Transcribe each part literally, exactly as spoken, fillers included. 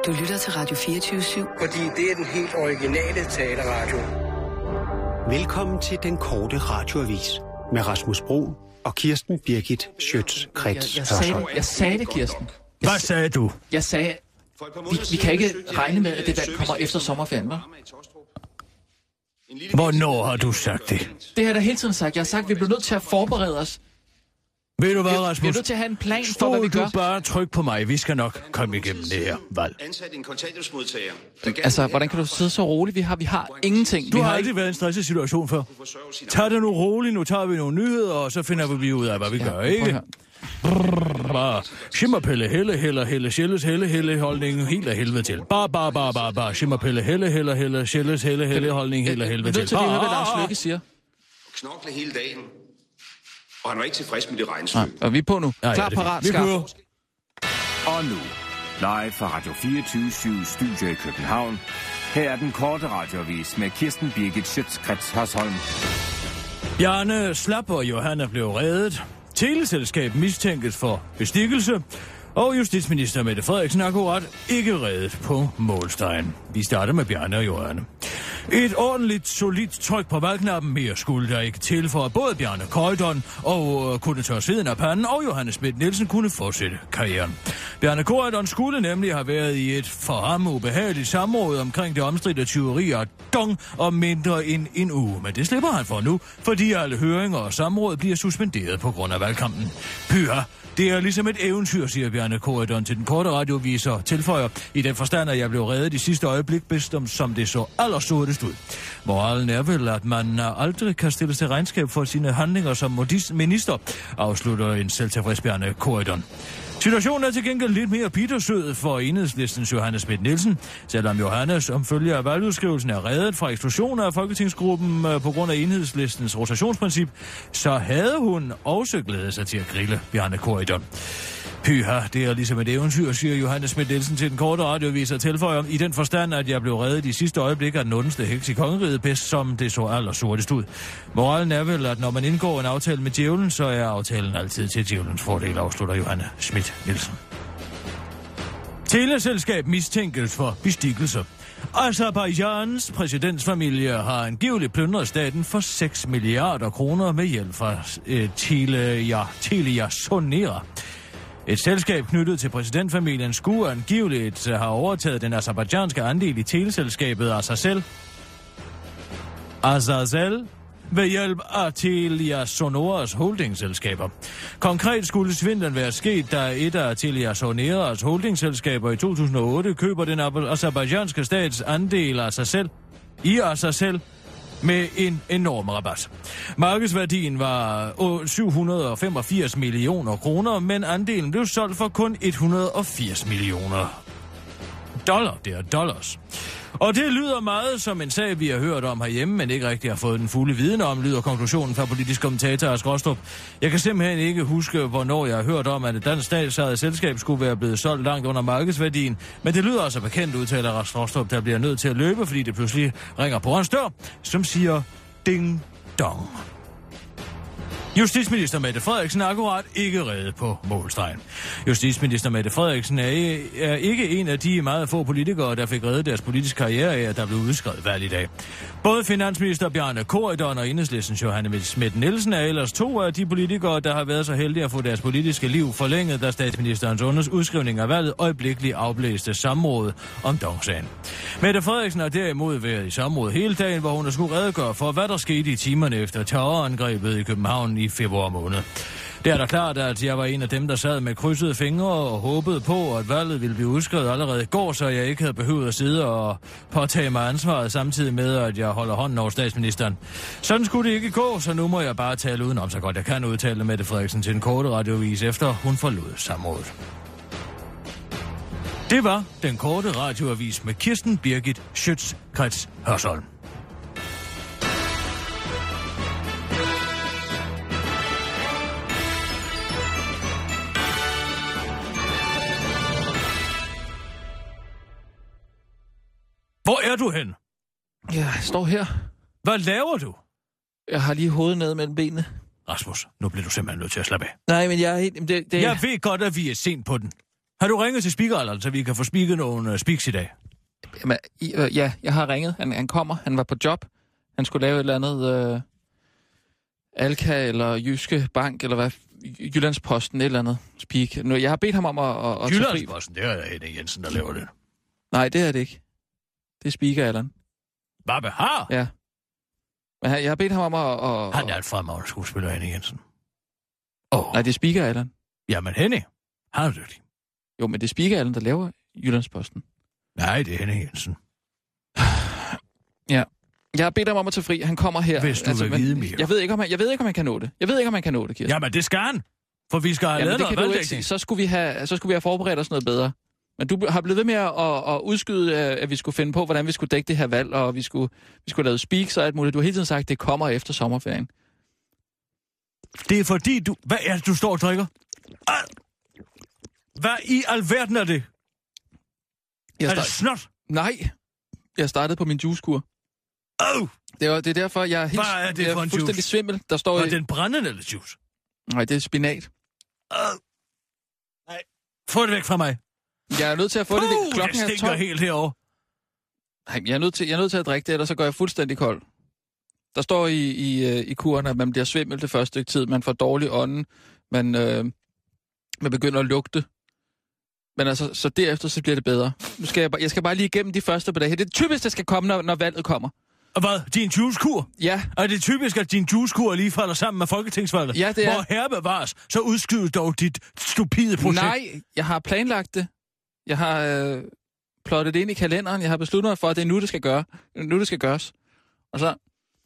Du lytter til Radio fireogtyve syv. Fordi det er den helt originale taleradio. Velkommen til den korte radioavis med Rasmus Bro og Kirsten Birgit Schøtz-Krets jeg, jeg, sagde, jeg sagde det, Kirsten. Jeg, Hvad sagde du? Jeg sagde, vi, vi kan ikke regne med, at det valg kommer efter sommerferien, hva'? Hvornår har du sagt det? Det har jeg da hele tiden sagt. Jeg har sagt, at vi bliver nødt til at forberede os. Ved du hvad, Vi, Rasmus? vi er nødt til at have en plan for, hvad vi gør. Stod du bare tryk på mig. Vi skal nok komme igennem det her valg. Altså, hvordan kan du sidde så roligt? Vi har, vi har ingenting. Du vi har har aldrig ikke... været i en stresset situation før. Tag det nu roligt. Nu tager vi nogle nyheder, og så finder vi ud af, hvad vi Ja, gør, ikke? Bare shimmerpille, helle, helle, helle, sjælles, helle, helle, holdning, helt af helvede til. Bare, bare, bare, bare, bare, shimmerpille, helle, helle, helle, sjælles, helle, helle, holdning, helt af helvede til. Vi er nødt til at høre, hvad Lars Løkke siger. Knokle hele dagen. Og han var ikke tilfreds med det regnestykke. Ja, og vi er på nu. Ja, Klar, ja, parat, vi skarp. kører. Og nu, live fra Radio fireogtyve syv Studio i København. Her er den korte radioavis med Kirsten Birgit Schøtz-Krets Hørsholm. Bjarne Slap og Johanna blev reddet. Teleselskab mistænkes for bestikkelse. Og justitsminister Mette Frederiksen akkurat ikke reddet på målstregen. Vi starter med Bjarne og Johanne. Et ordentligt, solidt tryk på valgknappen mere skulle der ikke til, for at både Bjarne Corydon og kunne tørre sveden af panden, og Johannes Schmidt Nielsen kunne fortsætte karrieren. Bjarne Corydon skulle nemlig have været i et for ham ubehageligt samråd omkring det omstridte tyveri af dong om mindre end en uge. Men det slipper han for nu, fordi alle høringer og samråd bliver suspenderet på grund af valgkampen. Pyha! Det er ligesom et eventyr, siger Bjarne Corydon til den korte radioviser, tilføjer i den forstand, at jeg blev reddet i sidste øjeblik, bestemt som det så allersortest ud. Moralen er vel, at man aldrig kan stille til regnskab for sine handlinger som minister, afslutter en selvtilfreds Bjarne Corydon. Situationen er til gengæld lidt mere bittersød for Enhedslistens Johannes Schmidt Nielsen, selvom Johannes som følge af valgudskrivelsen er reddet fra eksklusion af Folketingsgruppen på grund af Enhedslistens rotationsprincip, så havde hun også glædet sig til at grille Bjarne Corydon. Pyha, det er ligesom et eventyr, siger Johannes Schmidt Nielsen til den korte radioavis og tilføjer, i den forstand, at jeg blev reddet i sidste øjeblik af den ondeste heks i kongeriget, bedst som det så allersortest ud. Moralen er vel, at når man indgår en aftale med djævlen, så er aftalen altid til djævlens fordel, afslutter Johannes Schmidt Nielsen. Teleselskab mistænkes for bestikkelser. Azerbaijans præsidentsfamilie har angiveligt plyndret staten for seks milliarder kroner med hjælp fra øh, Telia, Telia Sonera. Et selskab knyttet til præsidentfamilien skulle angiveligt have overtaget den azerbaijanske andel i teleselskabet Azazel. Azazel ved hjælp af Telia Sonoras holdingselskaber. Konkret skulle svindlen være sket, da et af Telia Sonoras holdingselskaber i to tusind og otte køber den azerbaijanske stats andel af Azazel i Azazel med en enorm rabat. Markedsværdien var syv hundrede og femogfirs millioner kroner, men andelen blev solgt for kun et hundrede og firs millioner dollar. Det er dollars. Og det lyder meget som en sag, vi har hørt om herhjemme, men ikke rigtig har fået den fulde viden om, lyder konklusionen fra politisk kommentator Ask Rostrup. Jeg kan simpelthen ikke huske, hvornår jeg har hørt om, at et dansk statsejet selskab skulle være blevet solgt langt under markedsværdien, men det lyder altså bekendt, udtaler Ask Rostrup, der bliver nødt til at løbe, fordi det pludselig ringer på hans dør, som siger ding dong. Justitsminister Mette Frederiksen er akkurat ikke reddet på målstregen. Justitsminister Mette Frederiksen er, er ikke en af de meget få politikere, der fik reddet deres politiske karriere af, at der blev udskrevet valg i dag. Både finansminister Bjarne Corydon og Enhedslistens Johannes Schmidt Nielsen er ellers to af de politikere, der har været så heldige at få deres politiske liv forlænget, da statsministerens udskrivning af valget øjeblikkeligt afblæste samråd om dong-sagen. Mette Frederiksen har derimod været i samråd hele dagen, hvor hun har skulle redegøre for, hvad der skete i timerne efter terrorangrebet i København i februar måned. Det er da klart, at jeg var en af dem, der sad med krydsede fingre og håbede på, at valget ville blive udskrevet allerede i går, så jeg ikke havde behøvet at sidde og påtage mig ansvaret samtidig med, at jeg holder hånden over statsministeren. Sådan skulle det ikke gå, så nu må jeg bare tale udenom, så godt jeg kan udtale Mette Frederiksen til en korte radiovis, efter hun forlod samrådet. Det var den korte radioavis med Kirsten Birgit Schøtz-Krets Hørsholm. Hvor er du hen? Jeg står her. Hvad laver du? Jeg har lige hovedet nede mellem benene. Rasmus, nu bliver du simpelthen nødt til at slappe af. Nej, men jeg er helt... Det, det... Jeg ved godt, at vi er sent på den. Har du ringet til speakeralderen, så vi kan få speaket nogle uh, speaks i dag? Jamen, i, øh, ja, jeg har ringet. Han, han kommer. Han var på job. Han skulle lave et eller andet øh, Alka eller Jyske Bank, eller hvad? Jyllandsposten, et eller andet speak. Nu, jeg har bedt ham om at, at, at Jyllandsposten, det er Henning Jensen, der laver det. Nej, det er det ikke. Det er speakeralderen. Hvad med har? Ja. Men jeg har bedt ham om at... at han er et fremragende skuespiller, Henning Jensen. Oh. Nej, det er speakeralderen. Jamen, Henning, han er dygtig. Jo, men det er speakeralderen, der laver Jyllandsposten. Nej, det er Henning Jensen. Ja. Jeg har bedt ham om at tage fri. Han kommer her. Hvis du altså, vil men, vide mere. Jeg ved, ikke, om han, jeg ved ikke, om han kan nå det. Jeg ved ikke, om han kan nå det, Kirsten. Jamen, det skal han. For vi skal have Jamen, lavet noget valgdækning. Så skulle vi have, så skulle vi have forberedt os noget bedre. Men du har blevet ved med at, at udskyde, at vi skulle finde på, hvordan vi skulle dække det her valg, og vi skulle, vi skulle lave speaks og alt muligt. Du har hele tiden sagt, at det kommer efter sommerferien. Det er fordi, du... Hvad er det, du står og drikker? Hvad i alverden er det? Jeg er det snot? Nej. Jeg startede på min juicekur. Oh. Det er, det er derfor, jeg er helt... Hvad er det for en fuldstændig juice? svimmel. Der står er i... det en brændende eller juice? Nej, det er spinat. Oh. Nej. Få det væk fra mig. Jeg er nødt til at få Puh, det. det klokken det stinker helt herovre. Nej, jeg er, nødt til, jeg er nødt til at drikke det, ellers så går jeg fuldstændig kold. Der står i, i, i kuren, at man bliver svimmel det første stykke tid. Man får dårlig ånden. Man, øh, man begynder at lugte. Men altså, så derefter så bliver det bedre. Nu skal jeg, jeg skal bare lige igennem de første på dag. Det er typisk, det skal komme, når, når valget kommer. Og hvad? Din juicekur? Ja. Er det typisk, at din juicekur lige falder sammen med folketingsvalget? Ja, det er. Hvor herre bevares, så udskyder dog dit stupide projekt. Nej, jeg har planlagt det. Jeg har øh, plottet det ind i kalenderen. Jeg har besluttet mig for, at det er nu, det skal gøre. Nu, det skal gøres. Og så...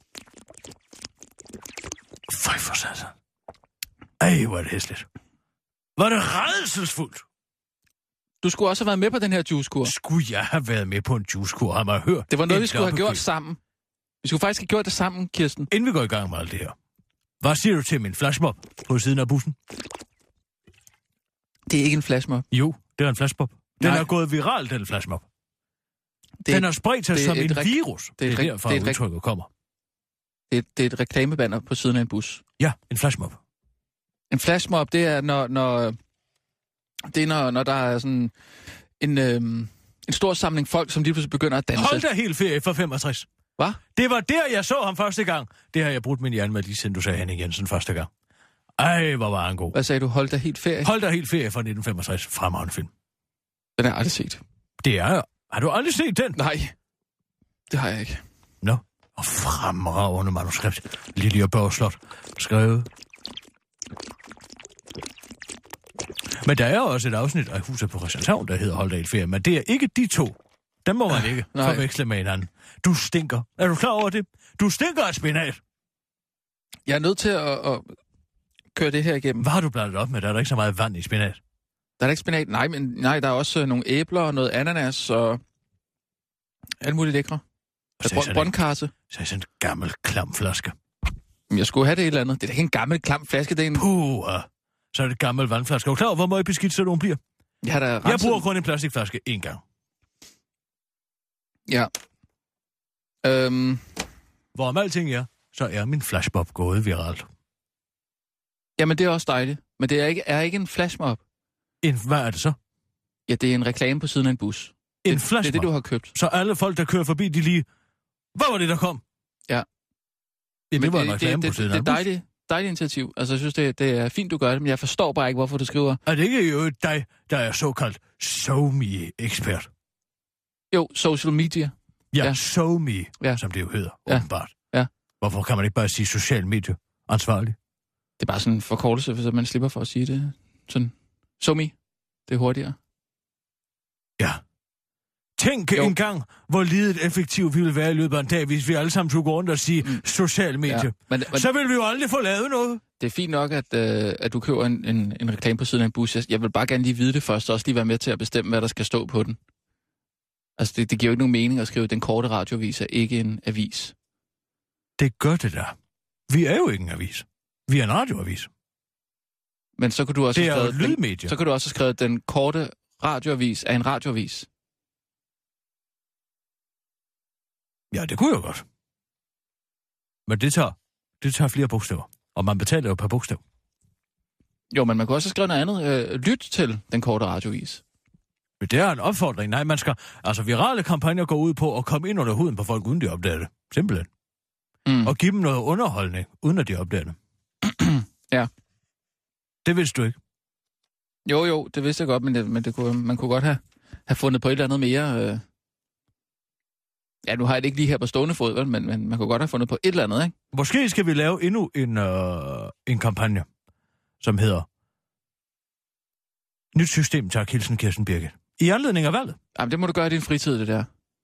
Føj for satan. Ej, hvor er det hæsligt. Var det rædselsfuldt? Du skulle også have været med på den her juicekur. Skulle jeg have været med på en juicekur? Har man hørt? Det var noget, vi skulle have gjort sammen. Vi skulle faktisk have gjort det sammen, Kirsten. Inden vi går i gang med alt det her. Hvad siger du til min flashmob på siden af bussen? Det er ikke en flashmob. Jo, det er en flashmob. Den Nej. er gået viral, den flashmob. Det, den har spredt sig som en rek- virus. Det er, det er derfor, det er udtrykket kommer. Det er, det er et reklamebanner på siden af en bus. Ja, en flashmob. En flashmob, det er, når, når, det er, når, når der er sådan en, øhm, en stor samling folk, som lige pludselig begynder at danse. Hold da helt ferie for femogtres. Hvad? Det var der, jeg så ham første gang. Det har jeg brudt min hjerne med, lige siden du sagde Henning Jensen første gang. Ej, hvor var han god. Hvad sagde du? Hold da helt ferie? Hold da helt ferie fra nitten femogtres. Fremragende film. Den har jeg aldrig set. Det er... Har du aldrig set den? Nej, det har jeg ikke. Nå, og fremragende manuskript. Lille og Børslot. Skrevet. Men der er også et afsnit af Huset på Christianshavn, der hedder Hold da helt ferie. Men det er ikke de to. Den må man ikke øh, forveksle med hinanden. Du stinker. Er du klar over det? Du stinker af spinat. Jeg er nødt til at, at køre det her igennem. Hvad har du blandet op med? Der er der ikke så meget vand i spinat. Der er ikke spinat? Nej, men nej, der er også nogle æbler og noget ananas og alt muligt lækre. Brøndkarse. Så er sådan en gammel, klam flaske. Jeg skulle have det et eller andet. Det er da ikke en gammel, klam flaske, det er en... Puh, så er det et gammel vandflaske. Er du klar over, hvor meget beskidt så nogen bliver? Jeg, har da renset... jeg bruger kun en plastikflaske én gang. Ja. Øhm... Hvorom alting er, så er min flashmob gået viralt. Jamen, det er også dejligt. Men det er ikke, er ikke en flashmob. En, hvad er det så? Ja, det er en reklame på siden af en bus. En det, flashmob? Det er det, du har købt. Så alle folk, der kører forbi, de lige... Hvad var det, der kom? Ja. Ja, det men var en reklame det, på siden det, af en det, bus. det er dejligt, dejligt initiativ. Altså, jeg synes, det, det er fint, du gør det, men jeg forstår bare ikke, hvorfor du skriver... Er det ikke jo dig, der er såkaldt SoMe-ekspert? Jo, social media. Ja, ja. SoMe, ja. Som det jo hedder, ja. åbenbart. Ja. Hvorfor kan man ikke bare sige social medie ansvarlig? Det er bare sådan en forkortelse, så man slipper for at sige det. Sådan, SoMe, det er hurtigere. Ja. Tænk jo. En gang, hvor lidet effektivt vi ville være i løbet af en dag, hvis vi alle sammen tog rundt og sige mm. social medie. Ja, men, men, så vil vi jo aldrig få lavet noget. Det er fint nok, at, øh, at du køber en, en, en reklame på siden af en bus. Jeg vil bare gerne lige vide det først, og også lige være med til at bestemme, hvad der skal stå på den. Altså, det, det giver jo ikke nogen mening at skrive, at den korte radioavis er ikke en avis. Det gør det der. Vi er jo ikke en avis. Vi er en radioavis. Men så kunne du også det have skrevet, er jo et lydmedie. Så kunne du også have skrevet, at den korte radioavis er en radioavis. Ja, det kunne jeg godt. Men det tager, det tager flere bogstaver. Og man betaler jo per bogstav. Jo, men man kunne også have skrevet noget andet. Øh, lyt til den korte radioavis. Det er en opfordring. Nej, man skal... Altså, virale kampagner går ud på at komme ind under huden på folk, uden de opdager det. Simpelthen. Mm. Og give dem noget underholdning, uden at de opdager det. Ja. Det vidste du ikke? Jo, jo, det vidste jeg godt, men, det, men det kunne, man kunne godt have, have fundet på et eller andet mere... Øh... Ja, nu har jeg det ikke lige her på stående fod, vel, men, men man kunne godt have fundet på et eller andet, ikke? Måske skal vi lave endnu en, øh, en kampagne, som hedder Nyt system til Hilsen Kirsten Birgit. I anledning af valget. Jamen, det må du gøre i din fritid, det der.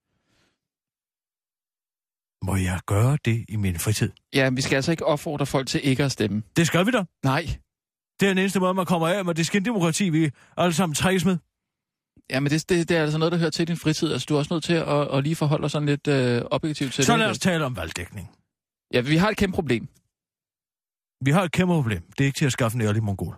Må jeg gøre det i min fritid? Ja, vi skal altså ikke opfordre folk til ikke at stemme. Det skal vi da. Nej. Det er den eneste måde, man kommer af med det skindemokrati, vi alle sammen trækkes med. Ja, men det, det, det er altså noget, der hører til i din fritid. Altså, du er også nødt til at, at lige forholde dig sådan lidt øh, objektivt til Så det. lad os tale om valgdækning. Ja, vi har et kæmpe problem. Vi har et kæmpe problem. Det er ikke til at skaffe en ærlig mongol.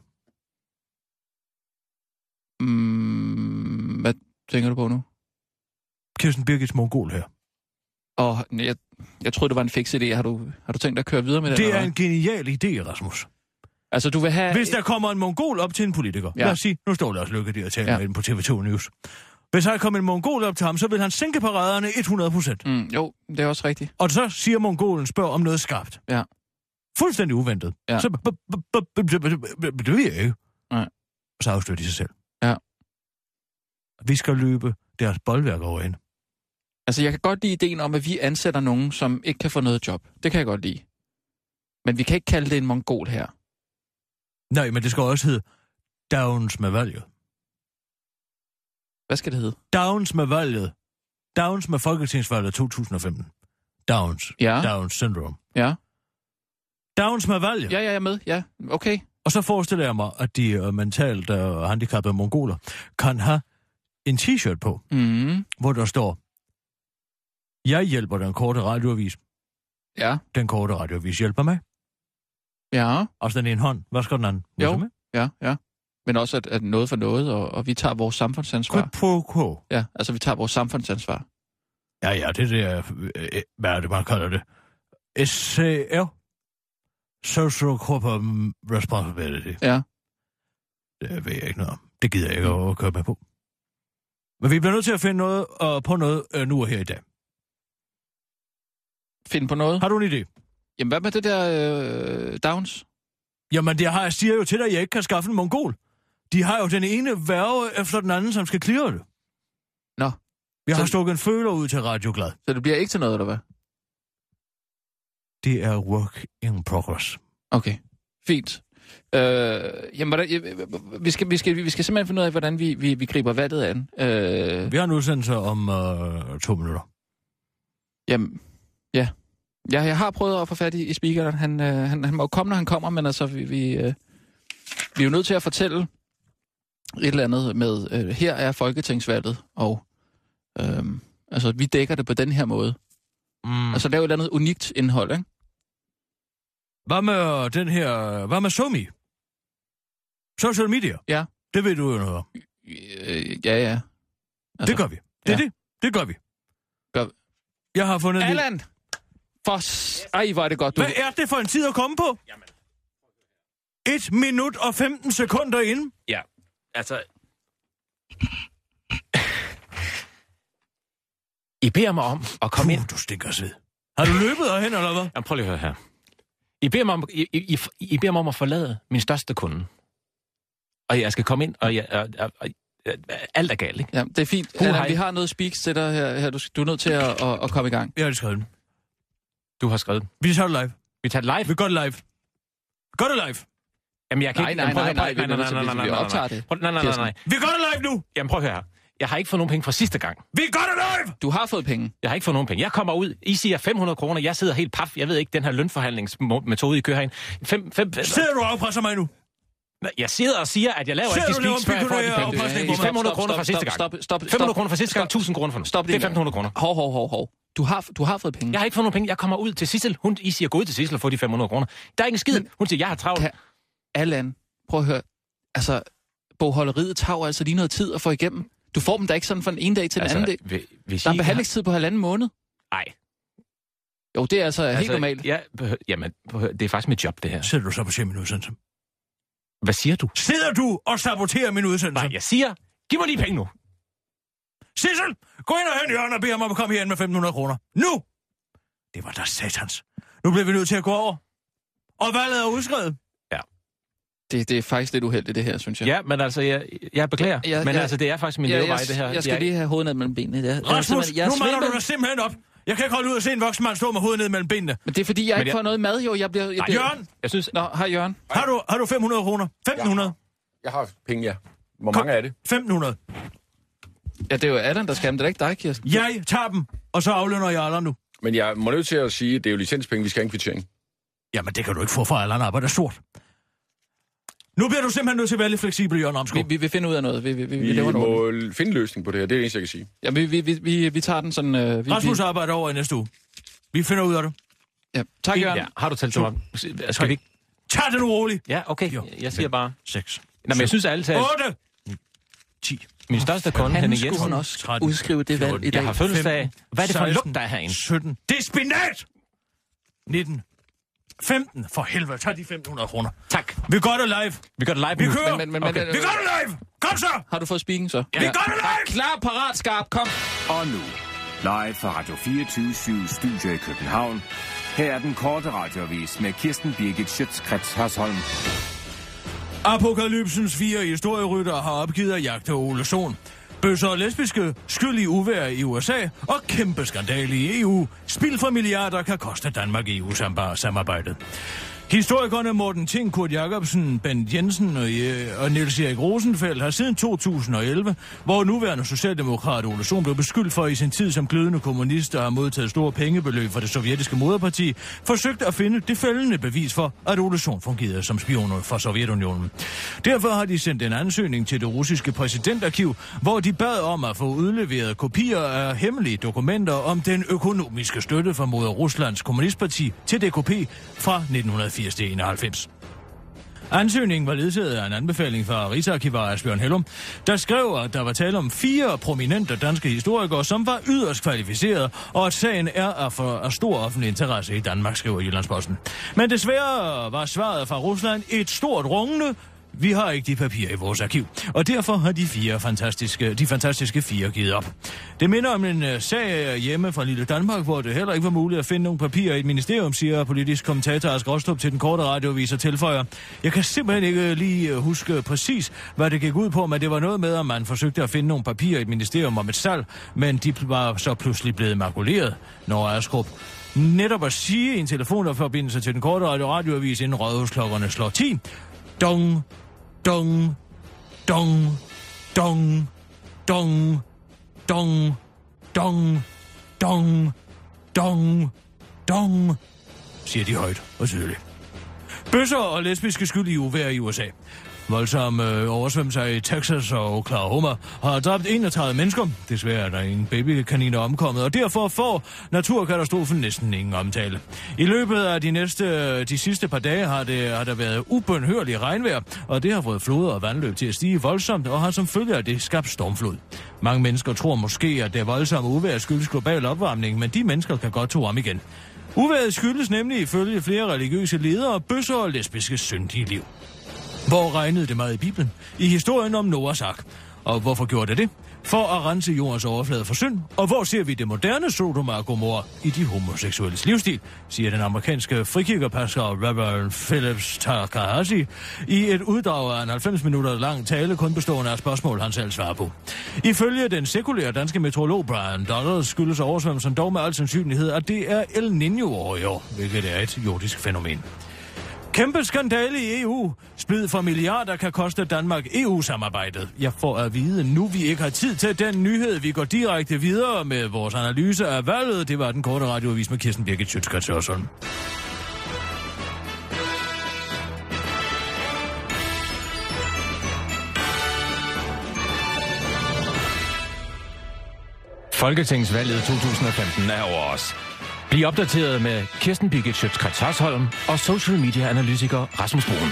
Mm, hvad tænker du på nu? Kirsten Birgits mongol her. Åh, jeg, jeg troede, det var en fix idé. Har du, har du tænkt dig at køre videre med det? Det er en genial idé, Rasmus. Altså, du vil have... Hvis der kommer en mongol op til en politiker, ja. Lad os sige, nu står Lars Løkke der og taler ja. med den på T V to News. Hvis der kommer en mongol op til ham, så vil han sænke paraderne hundrede procent. Mm, jo, det er også rigtigt. Og så siger mongolen, spørg om noget skarpt. Ja. Fuldstændig uventet. Ja. Så det ved jeg ikke. Nej. Og så afslører de sig selv. Ja. Vi skal løbe deres boldværk over hende. Altså, jeg kan godt lide ideen om, at vi ansætter nogen, som ikke kan få noget job. Det kan jeg godt lide. Men vi kan ikke kalde det en mongol her. Nej, men det skal også hedde Downs med valget. Hvad skal det hedde? Downs med valget. Downs med Folketingsvalget to tusind og femten. Downs. Ja. Downs syndrome. Ja. Downs med valget. Ja, ja, jeg er med. Ja, okay. Og så forestiller jeg mig, at de uh, mentalt uh, handicappede mongoler kan have en t-shirt på, mm. hvor der står, jeg hjælper den korte radioavis. Ja. Den korte radioavis hjælper mig. Ja. Og så den ene hånd. Hvad skal den anden? Jo, med? ja, ja. Men også, at, at noget for noget, og, og vi tager vores samfundsansvar. K-P-K. Ja, altså vi tager vores samfundsansvar. Ja, ja, det er det, hvad er det, man kalder det? S C R. Social Corporate Responsibility. Ja. Det ved jeg ikke noget om. Det gider jeg ikke mm. at køre med på. Men vi bliver nødt til at finde noget uh, på noget uh, nu og her i dag. Finde på noget? Har du en idé? Jamen, hvad med det der øh, Downs? Jamen, det har jeg siger jo til dig, at jeg ikke kan skaffe en mongol. De har jo den ene værve efter den anden, som skal klire det. Nå. Jeg så... har stukket en føler ud til Radio Glad. Så det bliver ikke til noget, eller hvad? Det er work in progress. Okay, fint. Øh, jamen, hvordan, vi, skal, vi, skal, vi skal simpelthen finde ud af, hvordan vi, vi, vi griber valget an. Øh... Vi har en udsendelse om øh, to minutter. Jamen, ja. Ja, jeg har prøvet at få fat i, i speakeren. Han, øh, han, han må jo komme, når han kommer, men altså, vi, vi, øh, vi er jo nødt til at fortælle et eller andet med, øh, her er folketingsvalget, og øh, altså, vi dækker det på den her måde. Mm. Altså, lave et eller andet unikt indhold, ikke? Hvad med den her... Hvad med SoMe? Social media? Ja. Det ved du jo noget om. Øh, ja, ja. Altså, det gør vi. Det er ja. det. Det gør vi. Gør... Jeg har fundet... Allan! En... For... Ej, hvor er det godt, du... Hvad er det for en tid at komme på? Jamen. Et minut og femten sekunder inden. Ja, altså... I beder mig om at komme Puh, ind... du stinker sved. Har du løbet herhen, eller hvad? Jamen, prøv lige at høre her. I beder mig om, I, I, I beder mig om at forlade min største kunde. Og jeg skal komme ind, og, jeg, og, og, og alt er galt, ikke? Ja, det er fint. Allan, vi har noget speaks til dig her. her. Du, du er nødt til at, at, at komme i gang. Jeg har det skrevet. Du har skrevet. Vi tager det live. Vi tager det live? Vi gør det live. Gør det live. Jamen, jeg kan nej, ikke... Nej, nej, nej, nej, nej, nej, nej, nej, vi optager det. Nej, nej, nej, nej. Vi gør det live nu! Jamen, prøv at høre her. Jeg har ikke fået nogen penge fra sidste gang. Vi gør det live! Du har fået penge. Jeg har ikke fået nogen penge. Jeg kommer ud. I siger fem hundrede kroner. Jeg sidder helt paf. Jeg ved ikke, den her lønforhandlingsmetode, I kører herind. Fem, fem, sidder du og afpresser mig nu? Jeg sidder og siger, at jeg laver ikke de speaks, før jeg får de penge. fem hundrede kroner fra sidste gang. Stop, stop, fem hundrede kroner fra sidste gang, tusind kroner for nu. Stop det er femten hundrede kroner. Hov, hov, hov, hov. Du har, du har fået penge. Jeg har ikke fået nogen penge. Jeg kommer ud til Sissel. Hun, I siger, gå ud til Sissel og få de fem hundrede kroner. Der er ikke en skid. Hun siger, jeg har travlt. Kan... Allan, prøv at høre. Altså, bogholderiet tager altså lige noget tid at få igennem. Du får dem da ikke sådan fra den ene dag til den altså, anden dag. Hvis der er en behandlingstid på halvanden måned. Nej. Jo, det er altså, altså helt normalt. Ja, jamen, det er faktisk mit job, det her. Sidder du så på min udsendelse? Hvad siger du? Sidder du og saboterer min udsendelse? Nej, jeg siger, giv mig lige penge nu. Sissel, gå ind og hen i hjørnet og bed ham om at komme herhen med femten hundrede kroner. Nu! Det var da satans. Nu bliver vi nødt til at gå over. Og valget er udskrevet. Ja. Det, det er faktisk lidt uheldigt, det her, synes jeg. Ja, men altså, jeg, jeg beklager. Ja, men ja, altså, det er faktisk min ja, levevej, jeg, det her. Jeg skal jeg, lige have hovedet ned mellem benene. Jeg, Rasmus, jeg, jeg nu mander svimmel. du dig simpelthen op. Jeg kan ikke holde ud og se en voksen mand stå med hovedet ned mellem benene. Men det er fordi, jeg men ikke jeg... får noget mad, jo. Jeg bliver... Jeg Nej, bliver... Jørgen! Jeg synes... Nå, hej Jørgen. Har du, har du fem hundrede kroner? femten hundrede? Jeg har penge, ja. Hvor mange er det? femten hundrede. Ja, det er jo Allan, der skal, men det er ikke dig, Kirsten. Jeg tager dem, og så aflønner jeg Allan nu. Men jeg må nødt til at sige, at det er jo licenspenge, vi skal have en kvittering. Jamen, det kan du ikke få fra Allan arbejder sort. Nu bliver du simpelthen nødt til at være lidt fleksibel, Jørgen Ramskov. Vi, vi vil finde ud af noget. Vi, vi, vi, vi, Vi laver må noget. finde en løsning på det her, det er det eneste, jeg kan sige. Ja, vi, vi, vi, vi, vi tager den sådan... Øh, vi, Rasmus vi... arbejder over i næste uge. Vi finder ud af det. Ja, tak Jørgen. Ja, har du talt til mig? Skal vi ikke... Tag det nu roligt. Ja, okay. Jo. Jeg siger bare... seks. Nå, men jeg synes alle talt... otte. ti. Min største kunde, Han Henning skulle Jensen. hun også tretten, udskrive det valg i dag. Jeg har fødselsdag af... Hvad er det for en lugt, der er herinde? sytten. Det er spinat! nitten. femten. For helvede, tag de femten hundrede kroner. Tak. Vi gør det live. Vi gør det live Vi nu. kører. Men, men, men, Okay. men, Vi gør det live. Kom så. Har du fået speaking så? Vi gør det live. Klar, parat, skarp, kom. Og nu, live fra Radio fireogtyve syv Studio i København. Her er den korte radioavis med Kirsten Birgit Schøtzgrads Hasholm. Apokalypsens fire historierytter har opgivet at jagte Ole Sohn. Bøsser og lesbiske, skyld i uvejr i U S A og kæmpe skandale i E U. Spild for milliarder kan koste Danmark E U-samarbejdet. Historikerne Morten Ting, Kurt Jacobsen, Bent Jensen og, og Niels Erik Rosenfeldt har siden to tusind og elleve, hvor nuværende socialdemokrat Ole Sohn blev beskyldt for i sin tid som glødende kommunist og har modtaget store pengebeløb fra det sovjetiske moderparti, forsøgt at finde det fældende bevis for, at Ole Sohn fungerede som spion for Sovjetunionen. Derfor har de sendt en ansøgning til det russiske præsidentarkiv, hvor de bad om at få udleveret kopier af hemmelige dokumenter om den økonomiske støtte fra moder Ruslands kommunistparti til D K P fra nitten firs til enoghalvfems. Ansøgningen var ledsaget af en anbefaling fra Rigsarkivar Asbjørn Hellum, der skrev, at der var tale om fire prominente danske historikere, som var yderst kvalificerede, og at sagen er af, for, af stor offentlig interesse i Danmark, skriver Jyllandsposten. Men desværre var svaret fra Rusland et stort rungende: vi har ikke de papirer i vores arkiv, og derfor har de fire fantastiske, de fantastiske fire givet op. Det minder om en uh, sag hjemme fra lille Danmark, hvor det heller ikke var muligt at finde nogle papirer i et ministerium, siger politisk kommentator Asger Rostrup til den korte radioavis og tilføjer: jeg kan simpelthen ikke lige huske præcis, hvad det gik ud på, men det var noget med, at man forsøgte at finde nogle papirer i et ministerium om et salg, men de var så pludselig blevet makuleret, når Asgerup netop at sige i en telefonforbindelse til den korte radioavis, inden rådhusklokkerne slår ti. Dong, dong, dong, dong, dong, dong, dong, dong, dong, dong, siger de højt og tydeligt. Bøsser og lesbiske skyld i uvejr i U S A. Voldsomme øh, oversvømmelser i Texas og Oklahoma har dræbt enogtredive mennesker. Desværre er der ingen babykaniner omkommet, og derfor får naturkatastrofen næsten ingen omtale. I løbet af de næste, de sidste par dage har, det, har der været ubønhørlig regnvejr, og det har fået floder og vandløb til at stige voldsomt, og har som følge af det skabt stormflod. Mange mennesker tror måske, at det voldsomme uvejr skyldes global opvarmning, men de mennesker kan godt tro om igen. Uvejret skyldes nemlig ifølge flere religiøse ledere bøsser og lesbiske syndige liv. Hvor regnede det meget i Bibelen? I historien om Noahs ark. Og hvorfor gjorde det det? For at rense jordens overflade for synd. Og hvor ser vi det moderne Sodom og Gomorra i de homoseksuelles livsstil, siger den amerikanske frikirkerpastor Reverend Phillips Takahashi i et uddrag af en halvfems minutter lang tale, kun bestående af spørgsmål, han selv svarer på. Ifølge den sekulære danske meteorolog Brian Dollars skyldes oversvømmelsen dog med al sandsynlighed, at det er El Niño-år i år, hvilket er et jordisk fænomen. Kæmpe skandale i E U. Splid for milliarder kan koste Danmark E U-samarbejdet. Jeg får at vide, nu vi ikke har tid til den nyhed. Vi går direkte videre med vores analyse af valget. Det var den korte radioavis med Kirsten Birgit Schøtzgrads Hasholm. Folketingsvalget to tusind og femten er over os. Bliv opdateret med Kirsten Birgit Schøtzgrads Hasholm og social media-analytiker Rasmus Broen.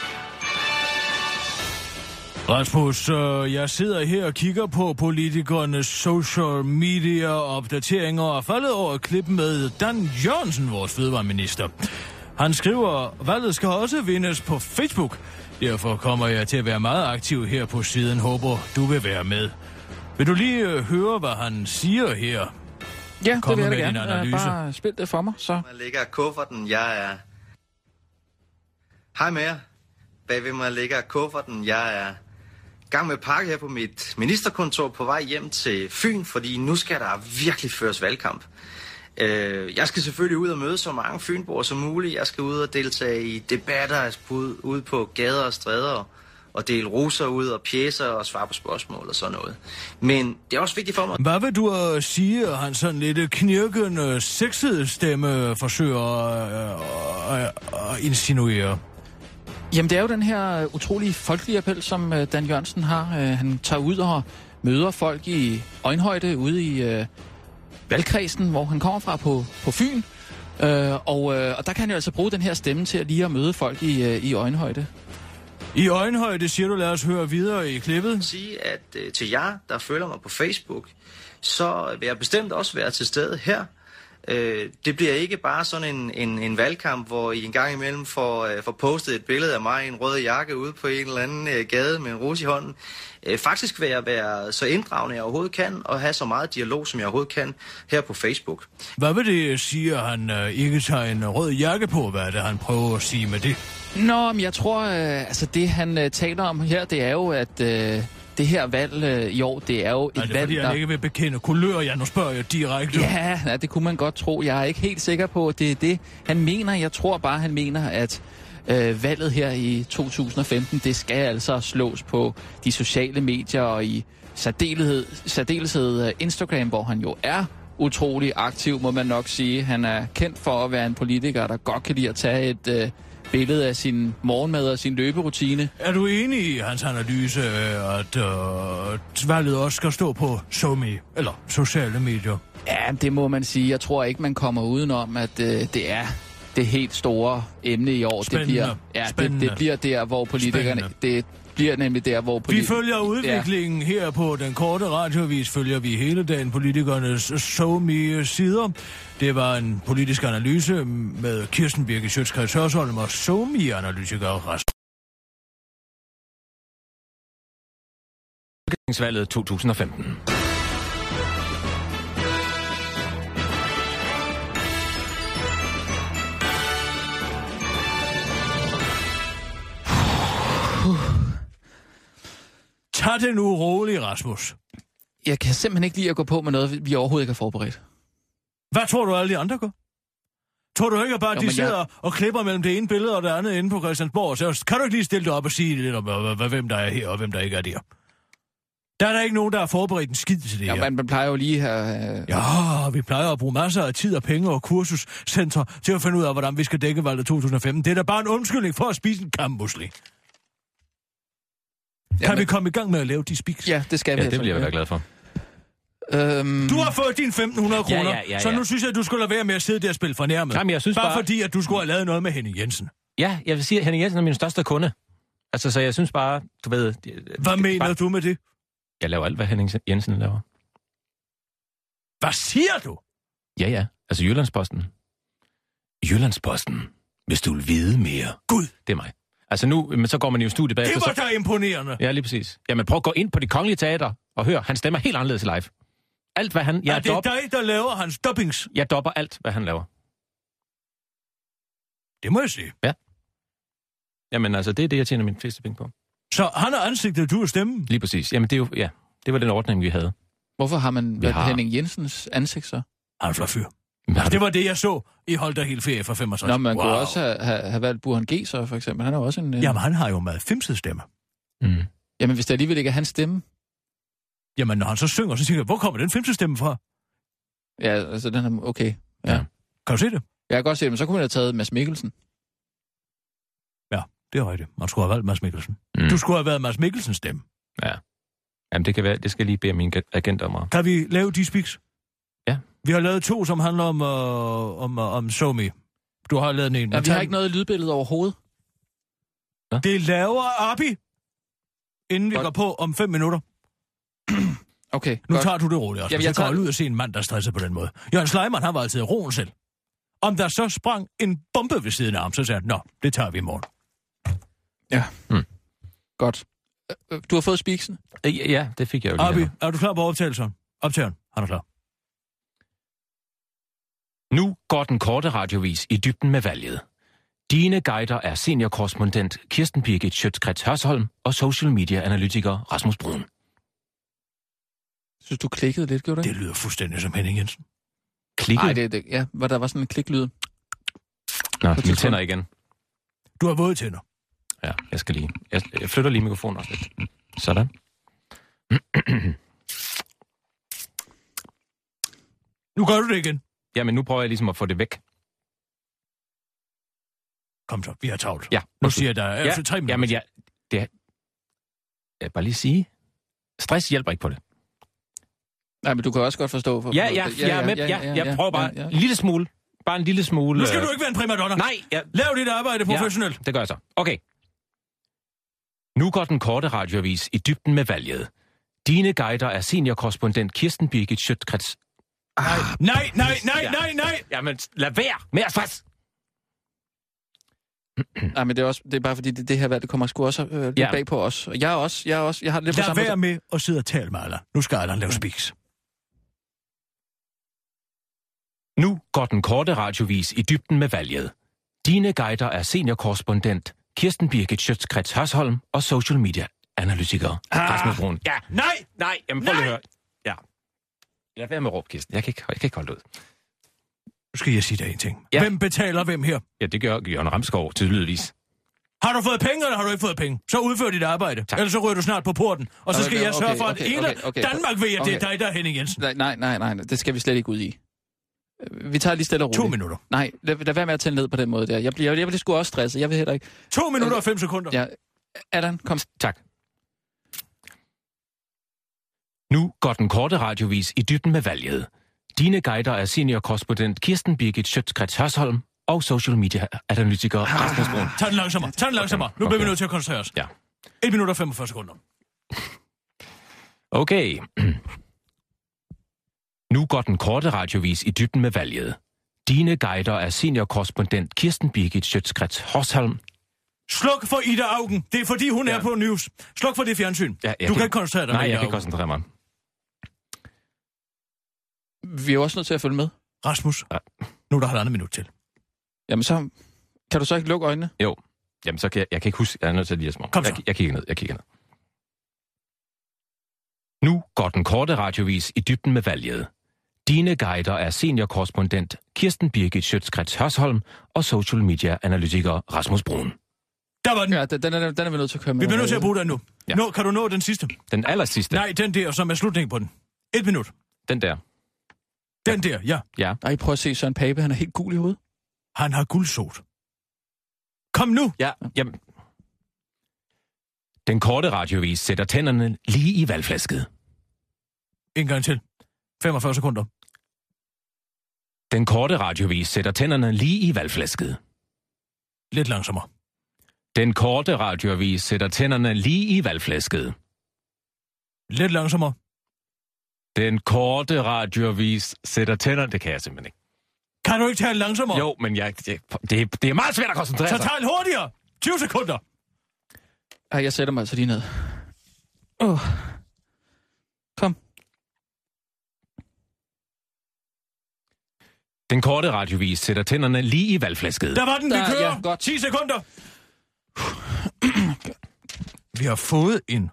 Rasmus, øh, jeg sidder her og kigger på politikernes social media-opdateringer og er faldet over et klip med Dan Jørgensen, vores fødevareminister. Han skriver, valget skal også vindes på Facebook. Derfor kommer jeg til at være meget aktiv her på siden. Håber, du vil være med. Vil du lige øh, høre, hvad han siger her? Ja, det Kommer vil jeg med da din gerne. analyse. Bare spil det for mig, så. Jeg ligger kufferten, jeg er... Hej med jer. Bagved mig ligger kufferten, jeg er... gang med at pakke her på mit ministerkontor på vej hjem til Fyn, fordi nu skal der virkelig føres valgkamp. Øh, jeg skal selvfølgelig ud og møde så mange fynboer som muligt. Jeg skal ud og deltage i debatter ude på gader og stræder og dele roser ud og pjæser og svare på spørgsmål og sådan noget. Men det er også vigtigt for mig... Hvad vil du uh, sige, at han sådan lidt knirkende sexede forsøger at uh, uh, uh, insinuere? Jamen, det er jo den her utrolige folkelige appel, som uh, Dan Jørgensen har. Uh, han tager ud og møder folk i øjenhøjde ude i uh, valgkredsen, hvor han kommer fra på, på Fyn. Uh, og, uh, og der kan han jo altså bruge den her stemme til at lige at møde folk i, uh, i øjenhøjde. I øjenhøjde, siger du, lad os høre videre i klippet. Jeg vil sige, at uh, til jer, der følger mig på Facebook, så vil jeg bestemt også være til stede her. Uh, det bliver ikke bare sådan en, en, en valgkamp, hvor I en gang imellem får, uh, får postet et billede af mig i en rød jakke ude på en eller anden uh, gade med en rose i hånden. Uh, faktisk vil jeg være så inddragende, jeg overhovedet kan, og have så meget dialog, som jeg overhovedet kan, her på Facebook. Hvad vil det sige, at han uh, ikke tager en rød jakke på? Hvad er det, han prøver at sige med det? Nå, men jeg tror, øh, altså det han øh, taler om her, det er jo, at øh, det her valg øh, i år, det er jo et er det, valg, fordi der... han ikke vil bekende kulør? Jeg nu spørger jeg direkte. Ja, ja, det kunne man godt tro. Jeg er ikke helt sikker på, at det er det, han mener. Jeg tror bare, han mener, at øh, valget her i to tusind og femten, det skal altså slås på de sociale medier og i særdeleshed, særdeleshed Instagram, hvor han jo er utrolig aktiv, må man nok sige. Han er kendt for at være en politiker, der godt kan lide at tage et... Øh, billede af sin morgenmad og sin løberutine. Er du enig i hans analyse, at øh, valget også skal stå på SoMe, eller sociale medier? Ja, det må man sige. Jeg tror ikke, man kommer udenom, at øh, det er det helt store emne i år. Spændende. Det bliver, ja, det, det bliver der, hvor politikerne... Det bliver nemlig der, hvor politi- Vi følger udviklingen ja. Her på den korte radioavis. Følger vi hele dagen politikernes SoMe-sider. Det var en politisk analyse med Kirsten Birgit Schiøtz Hørsholm og SoMe-analytiker Rasmus. Valget to tusind og femten. Tag det nu roligt, Rasmus. Jeg kan simpelthen ikke lide at gå på med noget, vi overhovedet ikke har forberedt. Hvad tror du, alle de andre gør? Tror du ikke bare, at de jo, sidder jeg... og klipper mellem det ene billede og det andet inde på Christiansborg? Så kan du ikke lige stille dig op og sige lidt om, hvem der er her og hvem der ikke er der? Der er der ikke nogen, der har forberedt en skid til det ja, her. Man, man plejer jo lige her... Øh... Ja, vi plejer at bruge masser af tid og penge og kursuscentre til at finde ud af, hvordan vi skal dække valget to tusind og femten. Det er da bare en undskyldning for at spise en kammusli. Kan ja, men... vi komme i gang med at lave de spiks? Ja, det skal vi. Ja, altså. det bliver jeg da glad for. Øhm... Du har fået dine femten hundrede kroner, ja, ja, ja, ja. så nu synes jeg, at du skulle lade være med at sidde der og spille fornærmet. Jamen, jeg synes bare, bare fordi, at du skulle have lavet noget med Henning Jensen. Ja, jeg vil sige, at Henning Jensen er min største kunde. Altså, så jeg synes bare, du ved... Hvad mener bare... du med det? Jeg laver alt, hvad Henning Jensen laver. Hvad siger du? Ja, ja. Altså Jyllandsposten. Jyllandsposten. Hvis du vil vide mere. Gud! Det er mig. Altså nu, men så går man jo i studiet bagefter. Det var så... da imponerende. Ja, lige præcis. Jamen prøv at gå ind på de kongelige teater og hør. Han stemmer helt anderledes live. Alt, hvad han... Jeg er det dop... dig, der laver hans dubbings? Jeg dopper alt, hvad han laver. Det må jeg sige. Ja. Jamen altså, det er det, jeg tjener min fleste penge på. Så han har ansigtet, du er stemmen? Lige præcis. Jamen det er jo... Ja, det var den ordning, vi havde. Hvorfor har man har... Henning Jensens ansigt så? Han er flot fyr. Det var det, jeg så i Hold dig helt ferie for femogtres. Nå, man wow. kunne også have, have, have valgt Burhan G. så for eksempel. Han er også en... Øh... Jamen, han har jo meget femset stemme. Mm. Jamen, hvis det alligevel ikke er hans stemme... Jamen, når han så synger, så siger jeg, hvor kommer den femset stemme fra? Ja, altså den er... Okay. Ja. Ja. Kan du se det? Jeg kan godt se det, men så kunne man have taget Mads Mikkelsen. Ja, det er rigtigt. Man skulle have valgt Mads Mikkelsen. Mm. Du skulle have været Mads Mikkelsens stemme. Ja. Jamen, det kan være... Det skal jeg lige bede min agent om. Kan vi lave de speaks? Ja. Vi har lavet to, som handler om, øh, om, øh, om SoMe. Du har lavet en. Ja, vi har ikke noget lydbillede overhovedet. Ja? Det laver Abi, inden vi godt. går på om fem minutter. Okay, Nu godt. tager du det roligt også. Jamen, jeg jeg tager tager... ud og se en mand, der stresser på den måde. Jørgen Sleiman, han var altid roen selv. Om der så sprang en bombe ved siden af ham, så sagde han, nå, det tager vi i morgen. Ja, mm. Godt. Du har fået spiksen? Ja, det fik jeg jo lige. Abi, er du klar på optagelsen? Optageren, han er klar. Nu går den korte radiovis i dybden med valget. Dine guider er seniorkorrespondent Kirsten Birgit Schøtz-Krets Hørsholm og social media-analytiker Rasmus Brun. Synes du klikkede lidt, gjorde det? Det lyder fuldstændig som Henning Jensen. Klikket? Nej, det, det, ja, hvor der var sådan en kliklyd. Nå, mine tænder igen. Du har våde tænder. Ja, jeg skal lige. Jeg, jeg flytter lige mikrofonen også lidt. Sådan. Nu gør du det igen. Jamen, nu prøver jeg ligesom at få det væk. Kom så, vi har travlt. Ja. Nu siger jeg, der er ja, tre minutter. Jamen, ja, det er... Jeg vil bare lige sige... Stress hjælper ikke på det. Nej, men du kan også godt forstå... For, ja, ja, ja, ja, med, ja, ja, ja, jeg prøver bare ja, ja. en lille smule. Bare en lille smule... Nu skal du ikke være en primadonna. Nej, ja. Lav dit arbejde professionelt. Ja, det gør jeg så. Okay. Nu går den korte radioavis i dybden med valget. Dine guider er seniorkorrespondent Kirsten Birgit Schøtz-Krets. Nej, nej, nej, nej, nej, nej. Jamen, lad være med at stress. Nej, men det er, også, det er bare fordi, det, det her valg, det kommer sgu også øh, lidt ja. bag på os. Og jeg er også, jeg er også, jeg har lidt på samme... Lad være med at sidde og tale med Allan. Nu skal Allan lave spiks. Nu går den korte radiovis i dybden med valget. Dine guider er seniorkorrespondent Kirsten Birgit Schøtz-Krets Hørsholm og social media-analytiker ah. Rasmus Brun. Ja, nej, nej, jamen prøv lige at høre. Ja. Lad være med råb, Kirsten. Jeg kan ikke, jeg kan ikke holde ud. Nu skal jeg sige dig en ting. Ja. Hvem betaler hvem her? Ja, det gør Jørgen Ramskov tydeligvis. Har du fået penge, eller har du ikke fået penge? Så udfør dit arbejde. Tak. Ellers så ryger du snart på porten. Og så skal okay, jeg sørge okay, for, at okay, hele okay, okay, Danmark ved, at okay. det er dig, der er Henning Jensen. Nej, nej, nej, nej, det skal vi slet ikke ud i. Vi tager lige stille og roligt. To minutter. Nej, lad, lad være med at tælle ned på den måde der. Jeg bliver, jeg bliver sgu også stresset. Jeg vil heller ikke... To minutter og fem sekunder. Ja. Allan, kom. Tak. Nu går den korte radiovis i dybden med valget. Dine guider er seniorkorrespondent Kirsten Birgit Schøtz-Krets Hørsholm og social media-analytiker Rasmus Brun. Tag den langsommere, tag den langsommere. Nu bliver okay. vi nødt til at koncentrere os. Ja. et minut og femogfyrre sekunder. Okay. Nu går den korte radiovis i dybden med valget. Dine guider er seniorkorrespondent Kirsten Birgit Schøtz-Krets Hørsholm. Sluk for Ida Augen. Det er fordi, hun ja. er på news. Sluk for det fjernsyn. Ja, du kan, kan ikke koncentrere dig. Nej, jeg kan ikke koncentrere mig. Vi er også nødt til at følge med. Rasmus, ja. Nu er der halvandet minut til. Jamen så... Kan du så ikke lukke øjnene? Jo. Jamen så kan jeg... Jeg kan ikke huske... Jeg er nødt til lige at små. Kom så. Jeg, jeg kigger ned. Jeg kigger ned. Nu går den korte radiovis i dybden med valget. Dine guider er seniorkorrespondent Kirsten Birgit Schøtz-Krets Hørsholm og social media-analytiker Rasmus Brun. Der var den. Ja, den, den, er, den er vi nødt til at køre med. Vi bliver nødt til at bruge den nu. Ja. Nå, kan du nå den sidste? Den aller sidste? Nej, den der, som er slutningen på den. Et minut. Den der. Den der, ja. Ja. Ej, prøv at se Søren Pape, han er helt gul i hovedet. Han har guldsot. Kom nu! Ja, jamen. Den korte radiovis sætter tænderne lige i valgflæsket. En gang til. femogfyrre sekunder. Den korte radiovis sætter tænderne lige i valgflæsket. Lidt langsommere. Den korte radiovis sætter tænderne lige i valgflæsket. Lidt langsommere. Den korte radiovis sætter tænderne... Det kan jeg simpelthen ikke. Kan du ikke tale langsommere? Jo, men jeg, det, det, det er meget svært at koncentrere sig. Så tal hurtigere! tyve sekunder! Ej, jeg sætter mig altså lige ned. Åh. Oh. Kom. Den korte radiovis sætter tænderne lige i valgflæsket. Der var den, vi Der, kører! Ja, godt. ti sekunder! Vi har fået en...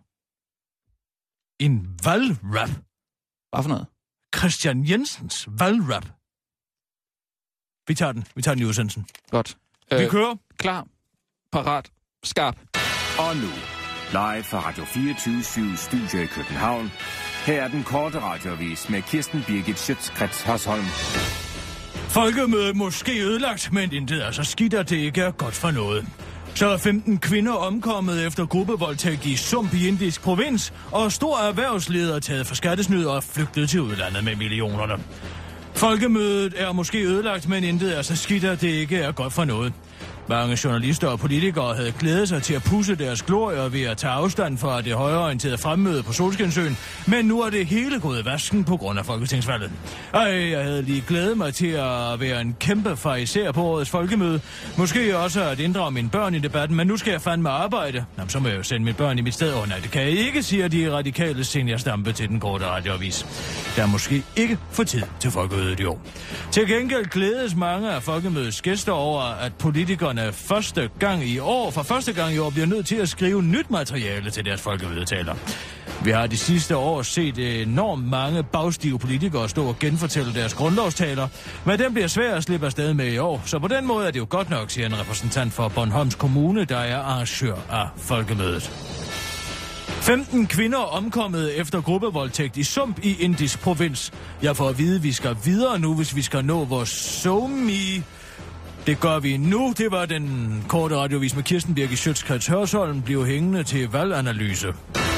En valgrap. Hvad for noget? Christian Jensens valgrap. Vi tager den. Vi tager den i udsendelsen. Godt. Vi øh, kører. Klar. Parat. Skarp. Og nu, live fra Radio fireogtyve syv Studio i København. Her er den korte radioavis med Kirsten Birgit Schøtz-Krets Hørsholm. Folkemødet måske ødelagt, men intet er så skidt, at det ikke er godt for noget. Så er femten kvinder omkommet efter gruppevoldtægt i Sump i indisk provins, og stor erhvervsleder taget for skattesnyd og flygtet til udlandet med millionerne. Folkemødet er måske ødelagt, men intet er så skidt, at det ikke er godt for noget. Mange journalister og politikere havde glædet sig til at pusse deres glorier ved at tage afstand fra det højreorienterede fremmøde på Solskinsøen, men nu er det hele gået i vasken på grund af folketingsvalget. Ej, jeg havde lige glædet mig til at være en kæmpe fariser på årets folkemøde. Måske også at inddrage mine børn i debatten, men nu skal jeg fandme arbejde. Jamen, så må jeg jo sende mine børn i mit sted. Åh, nej, det kan jeg ikke, siger de radikale seniorstampe til den korte radioavis. Der er måske ikke for tid til folkemødet i år. Til gengæld glædes mange af folkemødets gæster over, at politikerne første gang i år, for første gang i år, bliver nødt til at skrive nyt materiale til deres folkemødetaler. Vi har de sidste år set enormt mange bagstive politikere stå og genfortælle deres grundlovstaler, men den bliver svær at slippe afsted med i år, så på den måde er det jo godt nok, siger en repræsentant for Bornholms Kommune, der er arrangør af folkemødet. femten kvinder omkommet efter gruppevoldtægt i Sump i indisk provins. Jeg får at vide, at vi skal videre nu, hvis vi skal nå vores somi. Det gør vi nu. Det var den korte radiovis med Kirsten Birgit Schøtz-Krets Hørsholm, bliver hængende til valganalyse.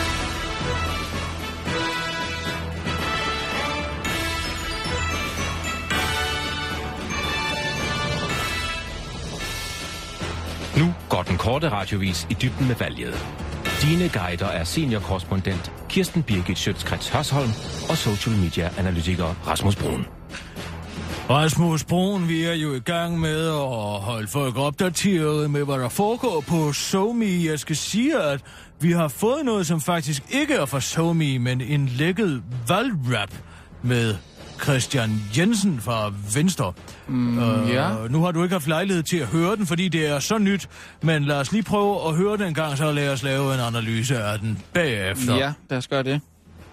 Nu går den korte radiovis i dybden med valget. Dine guider er seniorkorrespondent Kirsten Birgit Schøtz-Krets Hørsholm og social media analytiker Rasmus Brun. Rasmus Brun, vi er jo i gang med at holde folk opdateret med, hvad der foregår på SoMe. Jeg skal sige, at vi har fået noget, som faktisk ikke er fra SoMe, men en lækket valgrap med Christian Jensen fra Venstre. Mm, uh, ja. Nu har du ikke haft lejlighed til at høre den, fordi det er så nyt, men lad os lige prøve at høre den en gang, så lad os lave en analyse af den bagefter. Ja, lad os gøre det.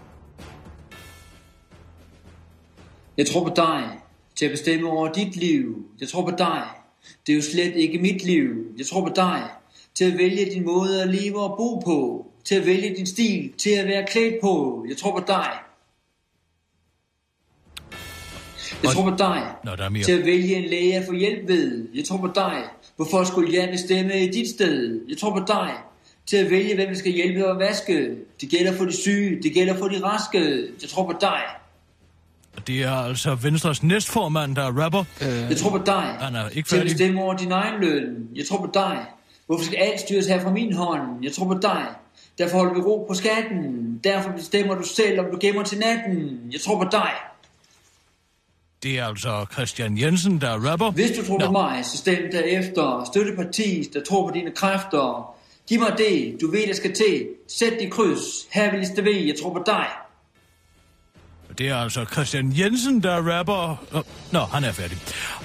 Jeg tror på dig til at bestemme over dit liv. Jeg tror på dig. Det er jo slet ikke mit liv. Jeg tror på dig til at vælge din måde at leve og bo på. Til at vælge din stil. Til at være klædt på. Jeg tror på dig. Jeg tror på dig Nå, til at vælge en læge at få hjælp ved. Jeg tror på dig. Hvorfor skulle jeg bestemme i dit sted? Jeg tror på dig til at vælge, hvem vi skal hjælpe og vaske. Det gælder for de syge. Det gælder for de raske. Jeg tror på dig. Det er altså Venstres næstformand, der er rapper. Øh, jeg tror på dig. Han er ikke til at bestemme over din egen løn. Jeg tror på dig. Hvorfor skal alt styres her fra min hånd? Jeg tror på dig. Derfor holder vi ro på skatten. Derfor bestemmer du selv, om du gemmer til natten. Jeg tror på dig. Det er altså Christian Jensen, der er rapper. Hvis du tror Nå. på mig, så stem derefter. Støtte parti, der tror på dine kræfter. Giv mig det, du ved, der skal til. Sæt dit kryds. Her vil liste V. Jeg tror på dig. Det er altså Christian Jensen, der er rapper. Oh, nå, han er færdig.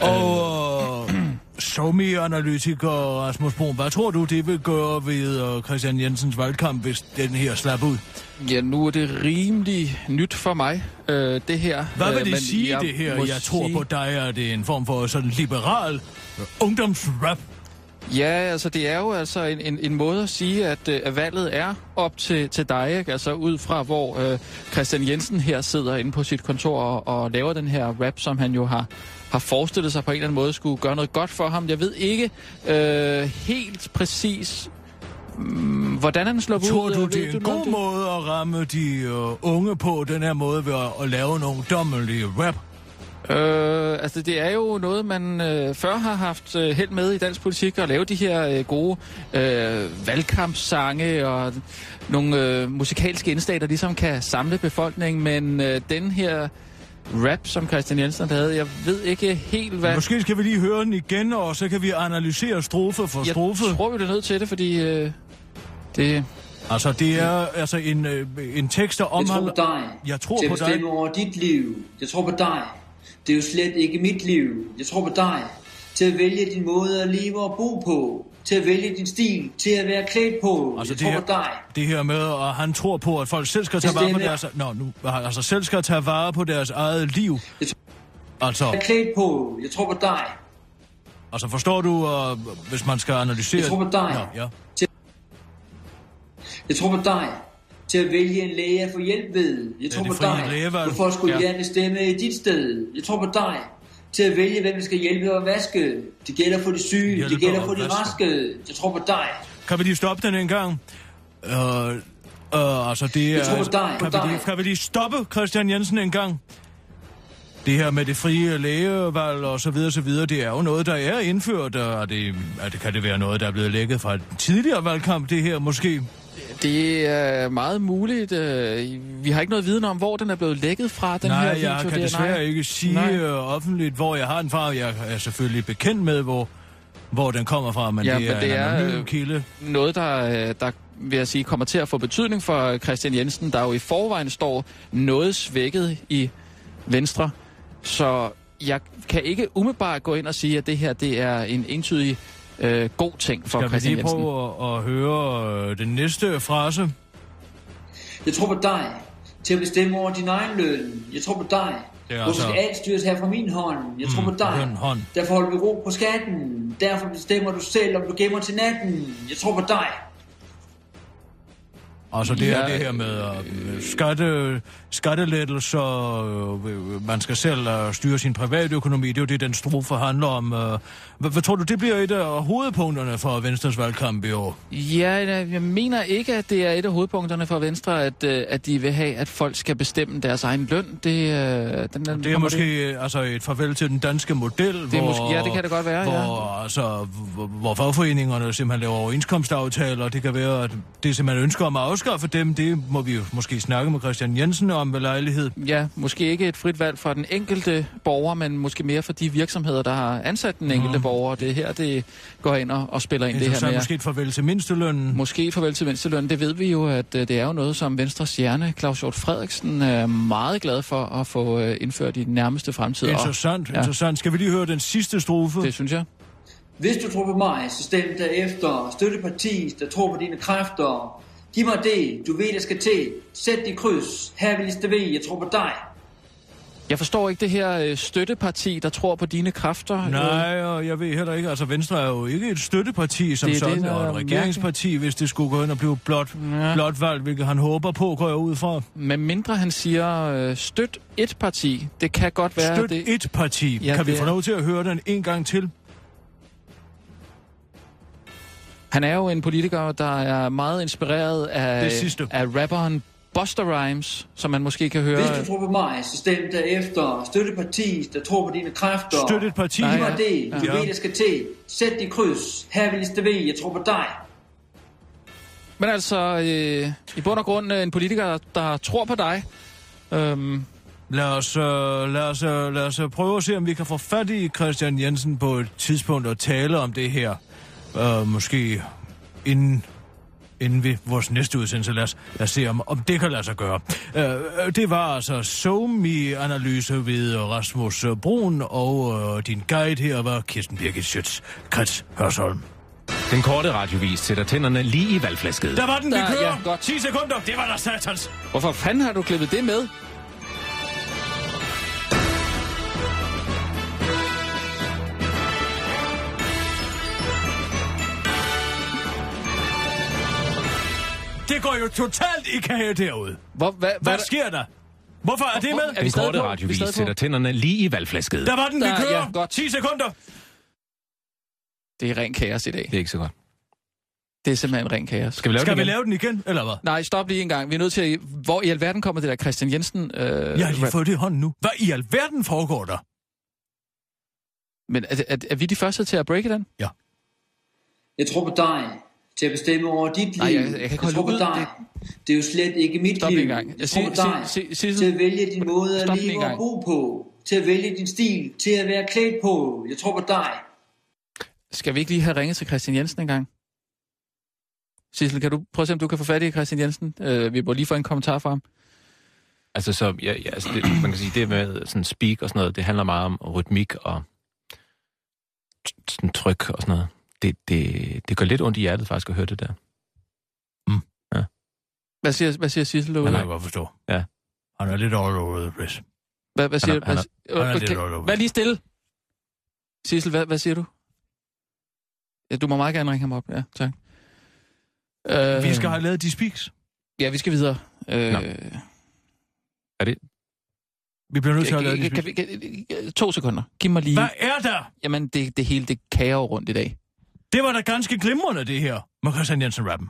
Og uh, SoMe-analytiker Rasmus Brun, hvad tror du, det vil gøre ved uh, Christian Jensens valgkamp, hvis den her slap ud? Ja, nu er det rimelig nyt for mig, øh, det her. Hvad vil det øh, sige, jeg det her? Jeg tror sige... på dig, er det en form for sådan liberal uh, ungdomsrap? Ja, altså det er jo altså en, en, en måde at sige, at, at valget er op til, til dig, ikke? Altså ud fra hvor øh, Christian Jensen her sidder inde på sit kontor og, og laver den her rap, som han jo har, har forestillet sig på en eller anden måde skulle gøre noget godt for ham. Jeg ved ikke øh, helt præcis, mm, hvordan han slår ud. Tror du, det er en god det? måde at ramme de uh, unge på, den her måde ved at, at lave en ungdommelig rap? Øh, altså det er jo noget, man øh, før har haft øh, held med i dansk politik, at lave de her øh, gode øh, valgkampssange og nogle øh, musikalske indslag, der ligesom kan samle befolkningen, men øh, den her rap, som Christian Jensen havde, jeg ved ikke helt, hvad... Måske skal vi lige høre den igen, og så kan vi analysere strofe for strofe. Jeg tror, vi er nødt til det, fordi øh, det... Altså, det er altså en, øh, en tekst, der omhandler... Jeg tror på dig. Jeg tror til på at bestemme dig. over dit liv. Jeg tror på dig. Det er jo slet ikke mit liv. Jeg tror på dig. Til at vælge din måde at leve og bo på. Til at vælge din stil. Til at være klædt på. Altså, jeg tror her, på dig. Det her med, at han tror på, at folk selv skal tage vare på deres... Nå, nu, altså selv skal tage vare på deres eget liv. Jeg tror, altså... Jeg er klædt på. Jeg tror på dig. Altså, forstår du, uh, hvis man skal analysere... Jeg tror på dig. Nå, ja. Til... Jeg tror på dig. Til at vælge en læge at få hjælp ved. Jeg tror ja, på dig. Lægevalg. Hvorfor skulle ja. jeg bestemme i dit sted? Jeg tror på dig. Til at vælge, hvem vi skal hjælpe og vaske. Det gælder for de syge. Hjælpe det gælder for de raske. Jeg tror på dig. Kan vi lige stoppe den en gang? Uh, uh, altså, det er... Jeg tror på dig. Kan, på vi dig. lige, kan vi lige stoppe Christian Jensen en gang? det her med det frie lægevalg og så videre, så videre, det er jo noget, der er indført, og det, det, kan det være noget, der er blevet lækket fra et tidligere valgkamp, det her måske? Det er meget muligt. Vi har ikke noget viden om, hvor den er blevet lækket fra, den nej, her video. Nej, jeg kan det, desværre nej. ikke sige nej. offentligt, hvor jeg har den fra. Jeg er selvfølgelig bekendt med, hvor, hvor den kommer fra, men ja, det er men det en anonym er kilde. Noget, der, der vil jeg sige, kommer til at få betydning for Kristian Jensen, der jo i forvejen står noget svækket i Venstre. Så jeg kan ikke umiddelbart gå ind og sige, at det her det er en entydig øh, god ting for Kristian Jensen. Skal vi lige prøve at, at høre øh, den næste frase? Jeg tror på dig til at bestemme over din egen løn. Jeg tror på dig. Altså... Hvor skal alt styres her fra min hånd. Jeg tror mm, på dig. Hånd, hånd. Derfor holder vi ro på skatten. Derfor bestemmer du selv, om du gemmer til natten. Jeg tror på dig. Altså det er ja, det her med uh, skatte, skattelettelser, uh, man skal selv uh, styre sin private økonomi, det er jo det, den strofe handler om. Uh, hvad, hvad tror du, det bliver et af hovedpunkterne for Venstres valgkamp i år? Ja, jeg mener ikke, at det er et af hovedpunkterne for Venstre, at, at de vil have, at folk skal bestemme deres egen løn. Det, uh, den, den, det er måske det... altså et farvel til den danske model, det hvor, måske, ja, det kan det godt være, hvor, ja. altså, hvor, hvor fagforeningerne simpelthen laver overenskomstaftaler, det kan være, at det simpelthen ønsker om at afskaffe dem, det må vi jo måske snakke med Kristian Jensen om ved lejlighed. Ja, måske ikke et frit valg for den enkelte borger, men måske mere for de virksomheder, der har ansat den enkelte mm. borger. Det er her, det går ind og, og spiller ind det her med. Måske et farvel til mindstelønnen. Måske et farvel til mindstelønnen. Det ved vi jo, at det er jo noget, som Venstres hjerne, Claus Hjort Frederiksen, er meget glad for at få indført i den nærmeste fremtid. Interessant, og, ja. interessant. Skal vi lige høre den sidste strofe? Det synes jeg. Hvis du tror på mig, så stem derefter. Støtte parti, der tror på dine kræfter. Giv mig det, du ved, der skal til. Sæt dit kryds. Her vil liste V, jeg tror på dig. Jeg forstår ikke det her støtteparti, der tror på dine kræfter. Nej, og jeg ved heller ikke. Altså, Venstre er jo ikke et støtteparti som det sådan, det, og et regeringsparti, mærke. Hvis det skulle gå ind og blive blot, ja. blot valgt, hvilket han håber på, går jeg ud fra. Men mindre han siger, øh, støt et parti. Det kan godt være... Støt det... et parti. Ja, kan vi få lov til at høre den en gang til? Han er jo en politiker, der er meget inspireret af, af rapperen Busta Rhymes, som man måske kan høre... Hvis du tror på mig, så stem derefter. Støtte parti, der tror på dine kræfter. Støtte et parti. Giv mig det, du ja. ved, der skal til. Sæt dit kryds. Her vil liste V, jeg tror på dig. Men altså, øh, i bund og grund en politiker, der tror på dig. Øhm. Lad os, øh, lad, os, øh, lad os prøve at se, om vi kan få fat i Kristian Jensen på et tidspunkt og tale om det her. Uh, måske inden, inden ved vores næste udsendelse. Lad os, lad os se, om, om det kan lade sig gøre. Uh, det var altså SoMe-analyse ved Rasmus Brun, og uh, din guide her var Kirsten Birgit Schøtz-Krets Hørsholm. Den korte radiovis sætter tænderne lige i valgflæsket. Der var den, vi der, kører! Ja, godt. ti sekunder, det var der satans! Hvorfor fanden har du klippet det med? Det går jo totalt i kage derude. Hvor, hva, hvad, hvad sker der? Hvorfor er det med? Den korte radiovis sætter tænderne lige i valgflæsket. Der var den, vi der, kører. Ja, godt. ti sekunder. Det er ren kaos i dag. Det er ikke så godt. Det er simpelthen ren kaos. Skal vi lave, Skal den, vi lave den igen, eller hvad? Nej, stop lige en gang. Vi er nødt til at... Hvor i alverden kommer det der Kristian Jensen... Øh, Jeg har lige fået det i hånden nu. Hvad i alverden foregår der? Men er, er, er vi de første til at breake den? Ja. Jeg tror på dig til at bestemme over dit liv. Nej, jeg, jeg kan ikke jeg tror på dig. Det... det er jo slet ikke mit stop liv. En gang. Jeg, jeg tror på dig sig, sig, sig, til at vælge din måde at leve og bo på. Til at vælge din stil. Til at være klædt på. Jeg tror på dig. Skal vi ikke lige have ringet til Kristian Jensen en gang? Sissel, kan du prøve at se, om du kan få fat i Kristian Jensen? Uh, vi må lige få en kommentar fra ham. Altså, så, ja, ja, altså det, man kan sige, det med sådan speak og sådan noget, det handler meget om rytmik og sådan tryk og sådan noget. Det, det, det går lidt ondt i hjertet faktisk at høre det der. Mm. Ja. Hvad siger, hvad siger Sissel? Han kan godt forstå. Ja. Han er lidt all over the place. Hvad, hvad siger du? Han er, han er, han er okay. lidt all over. Vær lige stille. Sissel, hvad, hvad siger du? Ja, du må meget gerne ringe ham op. Ja, tak. Uh, vi skal have lavet de speaks. Ja, vi skal videre. Uh, er det? Vi bliver nødt til at lave de speaks. Kan, kan, kan, to sekunder. Giv mig lige... Hvad er der? Jamen, det, det hele, det kager rundt i dag. Det var da ganske glimrende, det her, med Kristian Jensen-rappen.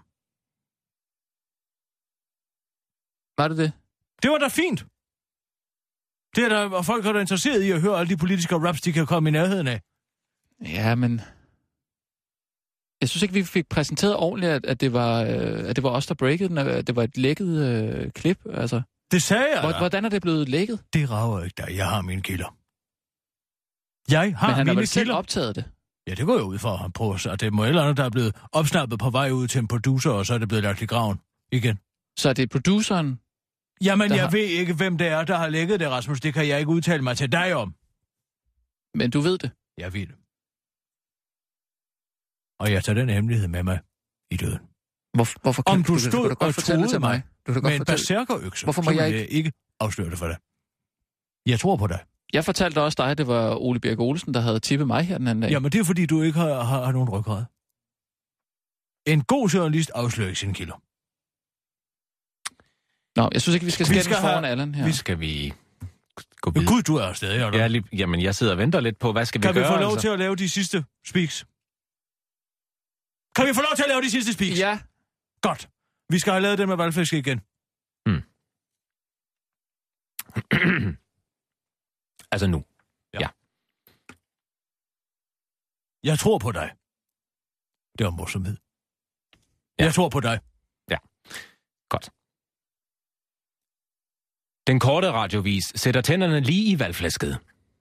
Var det det? Det var da fint. Det er der, og folk er der interesseret i at høre alle de politiske raps, de kan komme i nærheden af. Ja, men... Jeg synes ikke, vi fik præsenteret ordentligt, at, at, det, var, øh, at det var os, der breakede den, at det var et lækket øh, klip, altså. Det sagde jeg Hvor, Hvordan er det blevet lækket? Det rager ikke dig. Jeg har mine kilder. Jeg har Men han mine har vel selv kilder. optaget det? Ja, det går jeg ud for, at han prøver sig. Det må et eller andet, der er blevet opsnappet på vej ud til en producer, og så er det blevet lagt i graven igen. Så er det produceren? Jamen, jeg har... ved ikke, hvem det er, der har lækket det, Rasmus. Det kan jeg ikke udtale mig til dig om. Men du ved det? Jeg ved det. Og jeg tager den hemmelighed med mig i døden. Hvor, hvorfor kan om du, du, stod du, du og troede mig, du med en berserkerøkse, hvorfor må så jeg jeg ikke... ikke afsløre det for dig. Jeg tror på dig. Jeg fortalte også dig, at det var Ole Birk Olesen, der havde tippet mig her den anden dag. Jamen, det er fordi, du ikke har, har, har nogen ryggrad. En god journalist afslører ikke sine kilder. Nå, jeg synes ikke, vi skal skændes foran Allan her. Vi skal vi gå videre. Gud, du er afsted, er du? Ja, lige, jamen, jeg sidder og venter lidt på, hvad skal vi kan gøre? Kan vi få lov altså? til at lave de sidste speaks? Kan vi få lov til at lave de sidste speaks? Ja. Godt. Vi skal have lavet den med valgfisk igen. Hmm. altså nu. Ja. ja. Jeg tror på dig. Det var morsomhed. Ja. Jeg tror på dig. Ja. Godt. Den korte radiovis sætter tænderne lige i valgflæsket.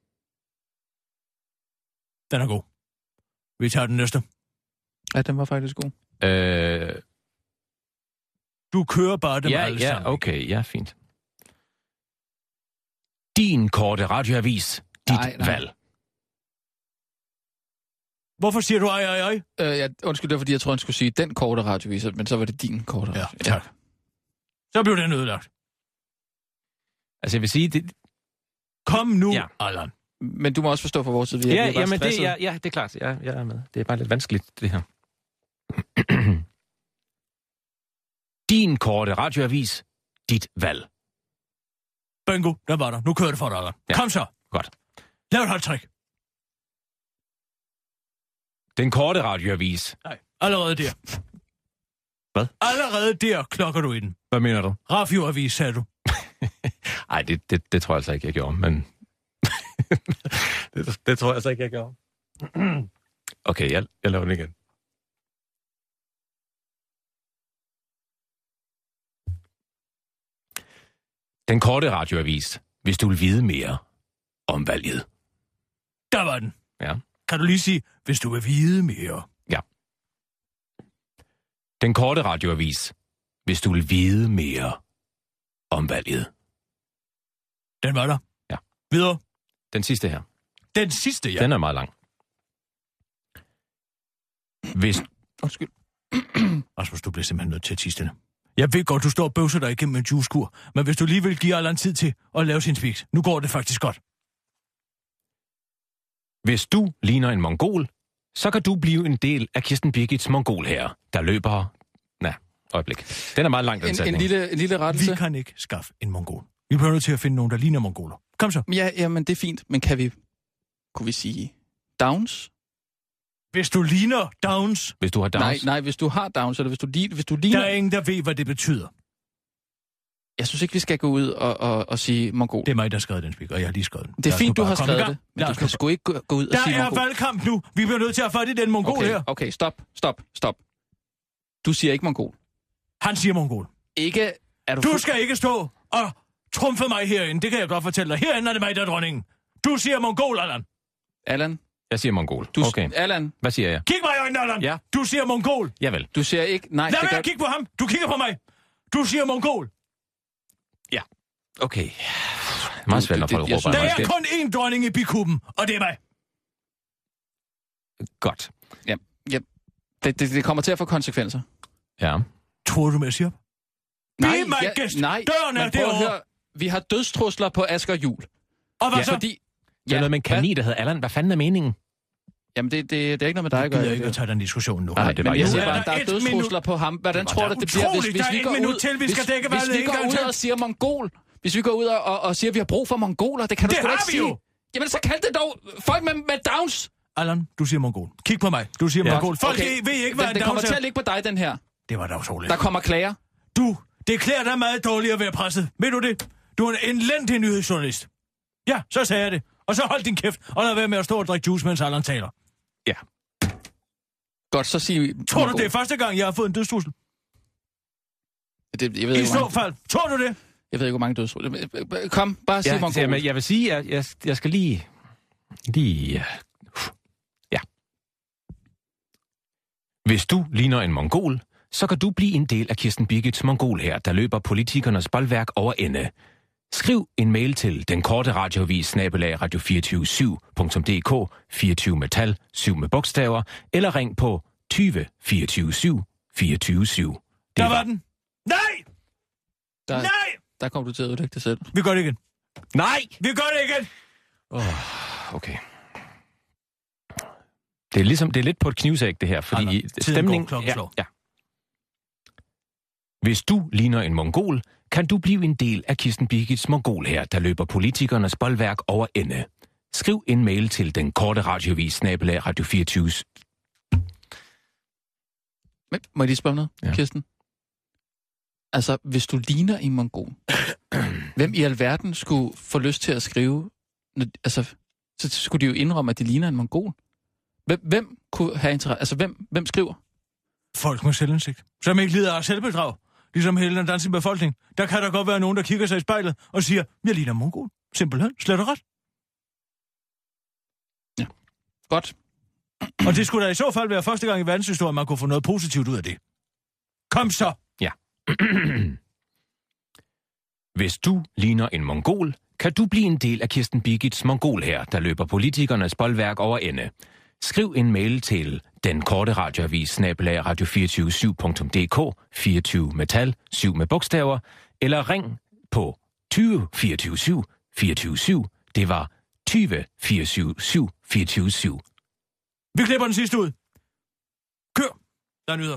Den er god. Vi tager den næste. Ja, den var faktisk god. Øh... Du kører bare dem ja, alle ja, sammen. Ja, okay, ja, fint. Din korte radioavis. Dit nej, nej. valg. Hvorfor siger du ej, ej, ej? Øh, ja, undskyld, det var fordi, jeg tror, han skulle sige den korte radiovis, men så var det din korte ja, radiovis. Tak. Så blev den ødelagt. Altså, jeg vil sige... Det... Kom nu, ja. Allan. Men du må også forstå for vores side, vi ja, er bare jamen det, ja, ja, det er klart. Ja, jeg er med. Det er bare lidt vanskeligt, det her. Din korte radioavis. Dit valg. Bingo, der var der. Nu kører det for dig, Allan. Ja. Kom så. Godt. Lav et holdtræk. Den korte radioavis. Nej, allerede der. Hvad? Allerede der klokker du i den. Hvad mener du? Radioavis, sagde du. Nej, det, det, det tror jeg altså ikke, jeg gjorde, men... det, det tror jeg altså ikke, jeg gjorde. Okay, jeg, jeg laver den igen. Den korte radioavis, hvis du vil vide mere om valget. Der var den. Ja. Kan du lige sige, hvis du vil vide mere? Ja. Den korte radioavis, hvis du vil vide mere om valget. Den var der. Ja. Videre. Den sidste her. Den sidste, ja. Den er meget lang. Hvis... Undskyld. Rasmus, du bliver simpelthen nødt til at tisse den. Jeg ved godt, du står og bøvser dig igennem en juicekur, men hvis du lige vil give Allan tid til at lave sin speaks, nu går det faktisk godt. Hvis du ligner en mongol, så kan du blive en del af Kirsten Birgits mongol her, der løber... Nej, øjeblik. Den er meget lang, den en, sætning. En lille, en lille rettelse. Vi kan ikke skaffe en mongol. Vi bliver nødt til at finde nogen, der ligner mongoler. Kom så. Ja, jamen det er fint, men kan vi... Kunne vi sige... Downs? Hvis du ligner Downs... Hvis du har Downs? Nej, nej, hvis du har Downs, eller hvis du, li, hvis du ligner... Der er ingen, der ved, hvad det betyder. Jeg synes ikke, vi skal gå ud og, og, og sige mongol. Det er mig, der har skrevet den, speak, og jeg har lige skrevet den. Det er fint, du har skrevet det, men du skal sgu ikke gå, gå ud og der sige mongol. Der er valgkamp nu. Vi bliver nødt til at få det den mongol okay, her. Okay, stop, stop, stop. Du siger ikke mongol. Han siger mongol. Ikke... Er du du fu- skal ikke stå og trumfe mig herinde. Det kan jeg godt fortælle dig. Herinde er det mig, der er dronningen. Du siger mongol, Allan. Allan? Jeg siger mongol. Du, okay. Allan? Hvad siger jeg? Kig mig i øjnene, Allan. Ja. Du siger mongol. Javel. Du siger ikke... Nej, lad det være gør... at kigge på ham. Du kigger på mig. Du siger mongol. Ja. Okay. Meget svært at få det råber. Der er kun én dronning i bikuben, og det er mig. Godt. Ja, ja. Det, det, det kommer til at få konsekvenser. Ja. Tror du, med siger? Nej, Be my ja, guest. nej. Døren er derovre. Vi har dødstrusler på Asger Jul. Og hvad ja, så? Fordi... Det er ja, noget med en kanin, der hedder Allan. Hvad fanden er meningen? Jamen, det, det, det er ikke noget med dig at gøre. Jeg gider ikke at tage den diskussion nu. Nej, det var men jeg siger bare, der er dødstrusler på ham. Hvordan tror du, det bliver, hvis, hvis vi går ud, til, vi skal hvis, hvis vi går ud og siger mongol, hvis vi går ud og, og, og siger, at vi har brug for mongoler, det kan du det sgu da ikke sige. Jo. Jamen, så kald det dog folk med, med Downs. Allan, du siger mongol. Kig på mig. Du siger ja. mongol. Folk okay. ved ikke, hvad den, en det kommer Downs til at ligge på dig, den her. Det var da så lidt. Der kommer klager. Du, det klæder dig meget dårligt at være presset. Ved du det? Du er en elendig nyhedsjournalist. Ja, så sagde jeg det. Og så hold din kæft, og lad være med at stå og drikke juice, mens Allan taler. Ja. Godt, så sig... Tror du, det er første gang, jeg har fået en dødstrussel? Det, jeg ved I ikke, så mange... fald. Tror du det? Jeg ved ikke, hvor mange dødstrusler. Kom, bare sig ja, mongol. Jeg, jeg vil sige, at jeg, jeg skal lige... Lige... Ja. Hvis du ligner en mongol, så kan du blive en del af Kirsten Birgits mongol her, der løber politikernes boldværk over ende. Skriv en mail til den korte radioavis snabelag radio to fire syv punktum d k, fireogtyve med tal, syv med bogstaver, eller ring på tyve fireogtyve syv fireogtyve syv. Der var den. Nej! Der, Nej! Der kom du til at ødelægge det selv. Vi gør det igen. Nej! Vi gør det igen! Åh, oh, okay. Det er ligesom, det er lidt på et knivsæg, det her, fordi Anna, stemning... Går, ja, ja. Hvis du ligner en mongol, kan du blive en del af Kirsten Birgits mongol her, der løber politikernes boldværk over ende. Skriv en mail til den korte radiovis snabelag radio fireogtyve. Men, må jeg lige spørge noget, ja. Kirsten? Altså, hvis du ligner en mongol, hvem i alverden skulle få lyst til at skrive... Altså, så skulle de jo indrømme, at de ligner en mongol. Hvem, hvem kunne have interesse? Altså, hvem, hvem skriver? Folk med selvindsigt. Som ikke lider af selvbedrag. Ligesom hele den danske befolkning. Der kan der godt være nogen, der kigger sig i spejlet og siger, jeg ligner mongol. Simpelthen. Slet og ret. Ja. Godt. Og det skulle da i så fald være første gang i verdenshistorien, man kunne få noget positivt ud af det. Kom så! Ja. Hvis du ligner en mongol, kan du blive en del af Kirsten Birgits mongol her, der løber politikernes boldværk over ende. Skriv en mail til den korte radioavis snabelag radio to fire syv punktum d k, fireogtyve med tal, syv med bogstaver, eller ring på tyve fireogtyve syv fireogtyve syv. Det var tyve fireogtyve syv fireogtyve syv. Vi klipper den sidste ud. Kør! Der er nyheder.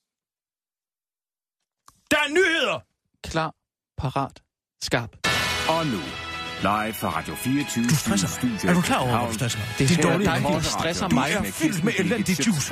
Der er nyheder! Klar, parat, skarp. Og nu, live fra Radio fireogtyve. Du stresser mig. Er du klar over, hvor du stresser mig? Det er dårligt. dig, der stresser Du mig. er fyldt med elendig juice.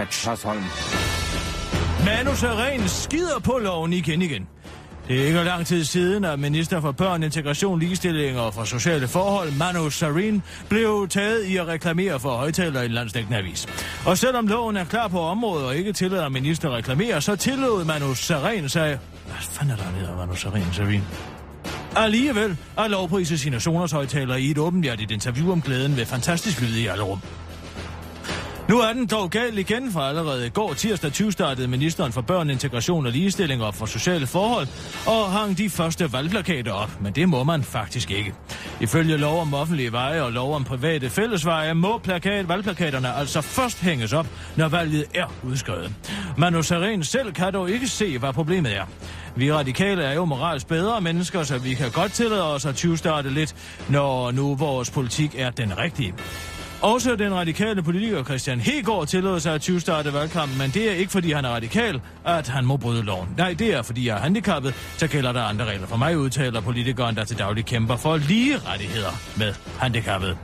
Manu Sareen skider på loven igen igen. Det er ikke lang tid siden, at minister for børn, integration, ligestilling og for sociale forhold, Manu Sareen, blev taget i at reklamere for højtaler i en landsdækkende avis. Og selvom loven er klar på området og ikke tillader minister at reklamere, så tillod Manu Sareen sig... Hvad fanden er der nede af Manu Sareen, Sareen? Alligevel at lovprise sine Sonos-højtaler i et åbenhjertigt interview om glæden ved fantastisk lyd i alle rum. Nu er den dog galt igen, for allerede i går tirsdag tyve-startede ministeren for børn, integration og ligestilling op for sociale forhold og hang de første valgplakater op, men det må man faktisk ikke. Ifølge lov om offentlige veje og lov om private fællesveje må plakat, valgplakaterne altså først hænges op, når valget er udskrevet. Manu Sareen selv kan dog ikke se, hvad problemet er. Vi radikale er jo moralsk bedre mennesker, så vi kan godt tillade os at tyve-starte lidt, når nu vores politik er den rigtige. Også den radikale politiker Christian Hegaard tillod sig at tyve-starte valgkampen, men det er ikke fordi han er radikal, at han må bryde loven. Nej, det er fordi jeg er handicappet, så gælder der andre regler for mig, udtaler politikeren, der til daglig kæmper for lige rettigheder med handicappet.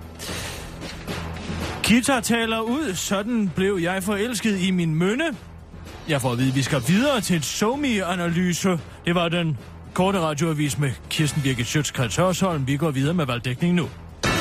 Kita taler ud, sådan blev jeg forelsket i min mønne. Jeg får at vide, at vi skal videre til et SoMe-analyse. Det var den korte radioavis med Kirsten Birgit Schøtz-Krets Hørsholm. Vi går videre med valgdækning nu.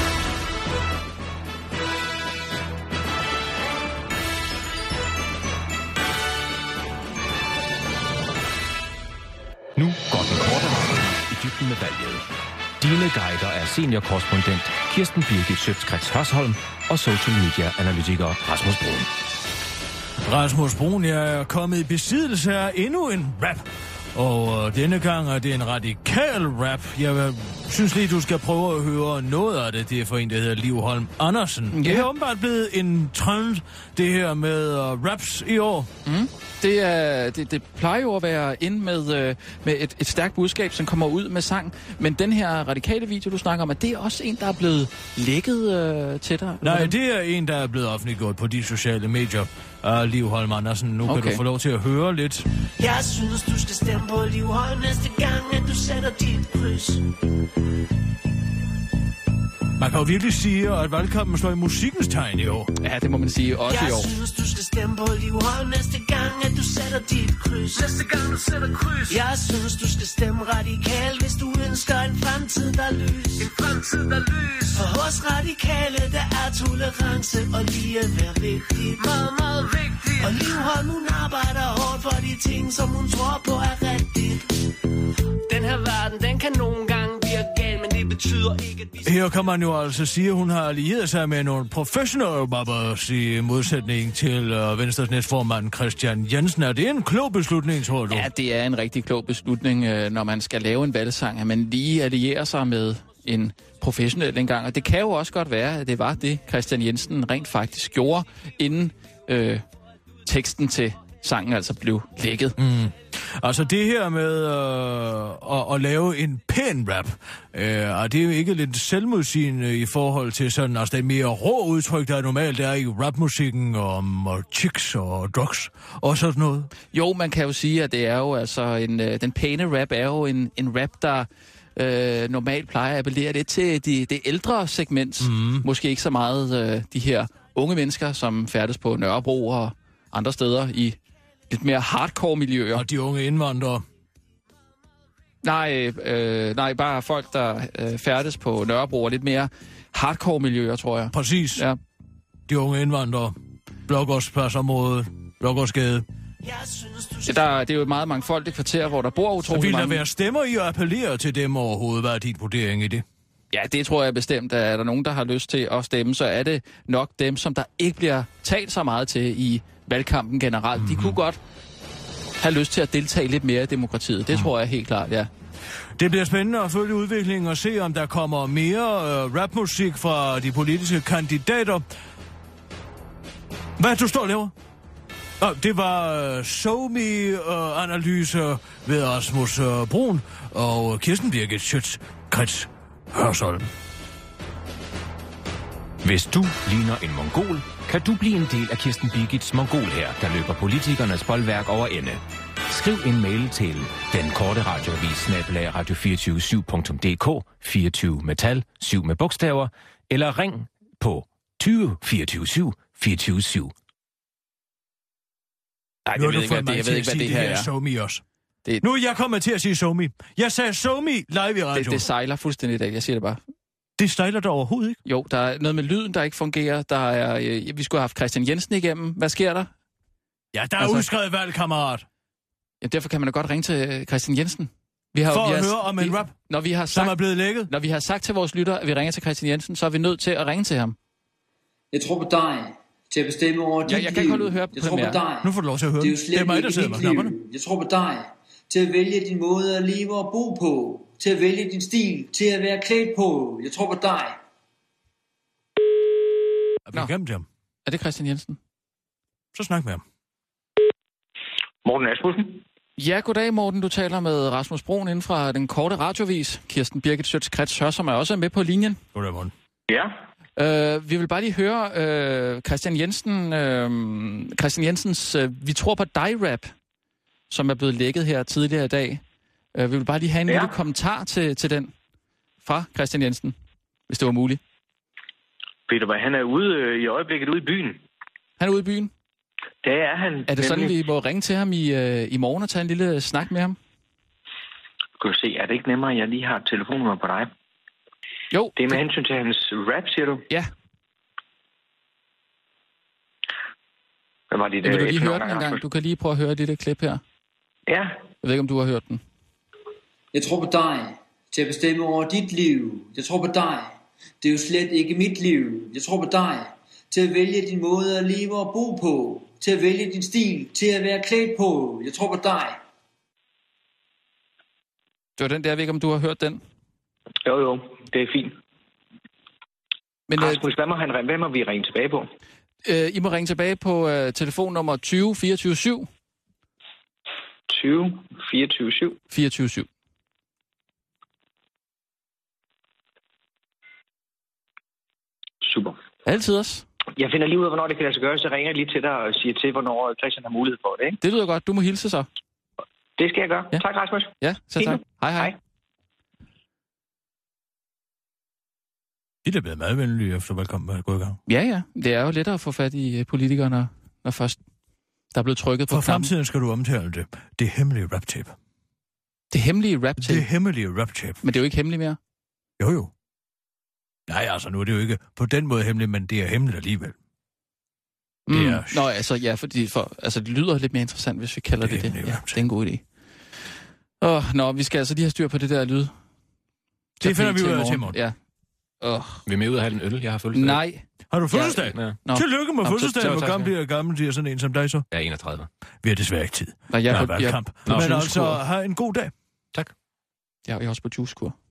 Nu går den korte radioavis i dybden med valget. Dine guider er seniorkorrespondent Kirsten Birgit Schøtz-Krets Hørsholm og social media-analytiker Rasmus Brun. Rasmus Brun, jeg er kommet i besiddelse af endnu en rap. Og øh, denne gang er det en radikal rap. Jeg synes lige, du skal prøve at høre noget af det. Det er for en, der hedder Liv Holm Andersen. Ja. Det er åbenbart blevet en trend, det her med uh, raps i år. Mm. Det, er, det, det plejer jo at være ind med, øh, med et, et stærkt budskab, som kommer ud med sang. Men den her radikale video, du snakker om, er det også en, der er blevet lækket øh, til dig? Nej, det er en, der er blevet offentliggjort på de sociale medier. Uh, Liv Holm Andersen, nu okay. Kan du få lov til at høre lidt. Jeg synes, du skal stemme på Liv Holm næste gang, at du sætter dit kryds. Man kan jo virkelig sige, at valgkampen står i musikkens tegn i år. Ja, det må man sige også jeg i år. Jeg synes, du skal stemme på Livholm næste gang, at du sætter dit kryds. Næste gang, du sætter kryds. Jeg synes, du skal stemme radikalt, hvis du ønsker en fremtid, der er lys. En fremtid, der er lys. For hos radikale, der er tolerance og ligeværd vigtigt. Meget, meget vigtigt. Og Livholm, hun arbejder hårdt for de ting, som hun tror på er rigtigt. Den her verden, den kan nogle gange virke gal, men det betyder ikke, at vi... Her kan man jo altså sige, at hun har allieret sig med nogle professionelle babbers i modsætning til uh, Venstres næstformand Christian Jensen. Er det en klog beslutning, tror du? Ja, det er en rigtig klog beslutning, når man skal lave en valgsang, at man lige allierer sig med en professionel engang. Og det kan jo også godt være, at det var det, Christian Jensen rent faktisk gjorde, inden øh, teksten til sangen altså blev lækket. Mm. Altså det her med øh, at, at lave en pæn rap, øh, og det er jo ikke lidt selvmodsigende i forhold til sådan, altså det mere rå udtryk, der normalt er i rapmusikken om og chicks og drugs og sådan noget. Jo, man kan jo sige, at det er jo altså en, øh, den pæne rap er jo en, en rap, der øh, normalt plejer at appellere lidt til de, det ældre segment. Mm. Måske ikke så meget øh, de her unge mennesker, som færdes på Nørrebro og andre steder i lidt mere hardcore miljøer. Og de unge indvandrere? Nej, øh, nej, bare folk, der øh, færdes på Nørrebro og lidt mere hardcore miljøer, tror jeg. Præcis. Ja. De unge indvandrere. Blågårdspladsområde. Blågårdsgade. Ja, der, det er jo et meget mangfoldigt kvarter, hvor der bor utrolig vil mange... Vil der være stemmer i at appellere til dem overhovedet? Hvad er din vurdering i det? Ja, det tror jeg bestemt. Er der nogen, der har lyst til at stemme, så er det nok dem, som der ikke bliver talt så meget til i valgkampen generelt. Mm-hmm. De kunne godt have lyst til at deltage lidt mere i demokratiet. Det mm. tror jeg helt klart, ja. Det bliver spændende at følge udviklingen og se, om der kommer mere øh, rapmusik fra de politiske kandidater. Hvad du står og laver? Oh, det var uh, SoMe-analyser uh, ved Rasmus uh, Brun og Kirsten Birgit Schøtz-Krets Hørsholm. Hvis du ligner en mongol, kan du blive en del af Kirsten Birgits mongol-hær, der løber politikernes boldværk over ende. Skriv en mail til den korte radioavis snabel-a radio to fire syv punktum d k fireogtyve metal syv med bogstaver, eller ring på tyve fireogtyve syv fireogtyve syv. Nej, jeg ved ikke, hvad det, jeg ved ikke, hvad det her er. SoMe også. Det... Nu er jeg kommet til at sige SoMe. Jeg sagde SoMe live i radio. Det, det sejler fuldstændig i dag, jeg siger det bare. Det stejler der overhovedet ikke? Jo, der er noget med lyden, der ikke fungerer. Der er, øh, vi skulle have haft Christian Jensen igennem. Hvad sker der? Ja, der er altså, udskrevet valg, kammerat. Ja, derfor kan man da godt ringe til Christian Jensen. Vi har, For vi at har, høre om en vi, rap, når vi har sagt, som er blevet lækket. Når vi har sagt til vores lytter, at vi ringer til Christian Jensen, så er vi nødt til at ringe til ham. Jeg tror på dig til at bestemme over dit liv. Ja, jeg kan ikke holde ud at høre på Jeg tror på dig. Nu får du lov til at høre. Det er jo slet det er mig, der ikke mit liv. Jeg tror på dig til at vælge din måde at leve og bo på. Til at vælge din stil. Til at være klædt på. Jeg tror på dig. Er vi igennem til ham? Er det Christian Jensen? Så snak med ham. Morten Asmussen. Ja, goddag Morten. Du taler med Rasmus Brun inden fra den korte radiovis. Kirsten Birgit Schøtz-Krets Hørsholm er også med på linjen. Goddag, Morten. Ja. Uh, vi vil bare lige høre uh, Christian Jensen, uh, Christian Jensens uh, Vi tror på dig-rap, som er blevet lækket her tidligere i dag. Uh, vi vil bare lige have en ja. lille kommentar til, til den fra Christian Jensen, hvis det var muligt. Ved du hvad, han er ude øh, i øjeblikket ude i byen. Han er ude i byen? Det er han. Er det sådan, vi må ringe til ham i, øh, i morgen og tage en lille snak med ham? Kan du se, er det ikke nemmere, at jeg lige har et telefonnummer på dig? Jo. Det er med det... hensyn til hans rap, siger du? Ja. Hvad var det, ja, vil du lige høre den en gang? Du kan lige prøve at høre et lille klip her. Ja. Jeg ved ikke, om du har hørt den. Jeg tror på dig til at bestemme over dit liv. Jeg tror på dig. Det er jo slet ikke mit liv. Jeg tror på dig til at vælge din måde at leve og bo på. Til at vælge din stil. Til at være klædt på. Jeg tror på dig. Det var den der, jeg ved ikke, om du har hørt den? Jo, jo. Det er fint. Men, Rasmus, hvad må, han, hvad må vi ringe tilbage på? Øh, I må ringe tilbage på øh, telefonnummer tyve fireogtyve syv. tyve fireogtyve syv. fireogtyve syv. Super. Altid også. Jeg finder lige ud af, hvornår det kan lade sig gøre, så ringer jeg lige til dig og siger til, hvornår Christian har mulighed for det, ikke? Det lyder godt. Du må hilse så. Det skal jeg gøre. Ja. Tak, Rasmus. Ja, så tak. Hej, hej. hej. De er da blevet meget venlige efter valgkampen er gået i gang. Ja, ja. Det er jo lettere at få fat i politikere, når, når først der er blevet trykket på For fremtiden skal du omtale det. Det hemmelige rap-tape. Det hemmelige rap-tape? Det hemmelige rap-tape. Men det er jo ikke hemmeligt mere. Jo, jo. Nej, altså nu er det jo ikke på den måde hemmeligt, men det er hemmeligt alligevel. Mm. Det er... Nå, altså ja, fordi for, altså, det lyder lidt mere interessant, hvis vi kalder det det. Det, ja, det er en god idé. Åh, nå, vi skal altså lige have styr på det der lyd. Det finder vi ud af til morgen. Ja. Oh. Vi er med ud af have en øl, jeg har fødselsdag. Nej. Har du fødselsdag? Ja. Ja. Tillykke med fødselsdagen. Hvor gammel bliver gammel bliver sådan en som dig så? Jeg er enogtredive. Vi har desværre ikke tid. Nej, jeg har været kamp. Men altså, have en god dag. Tak. Jeg er også på juicekur.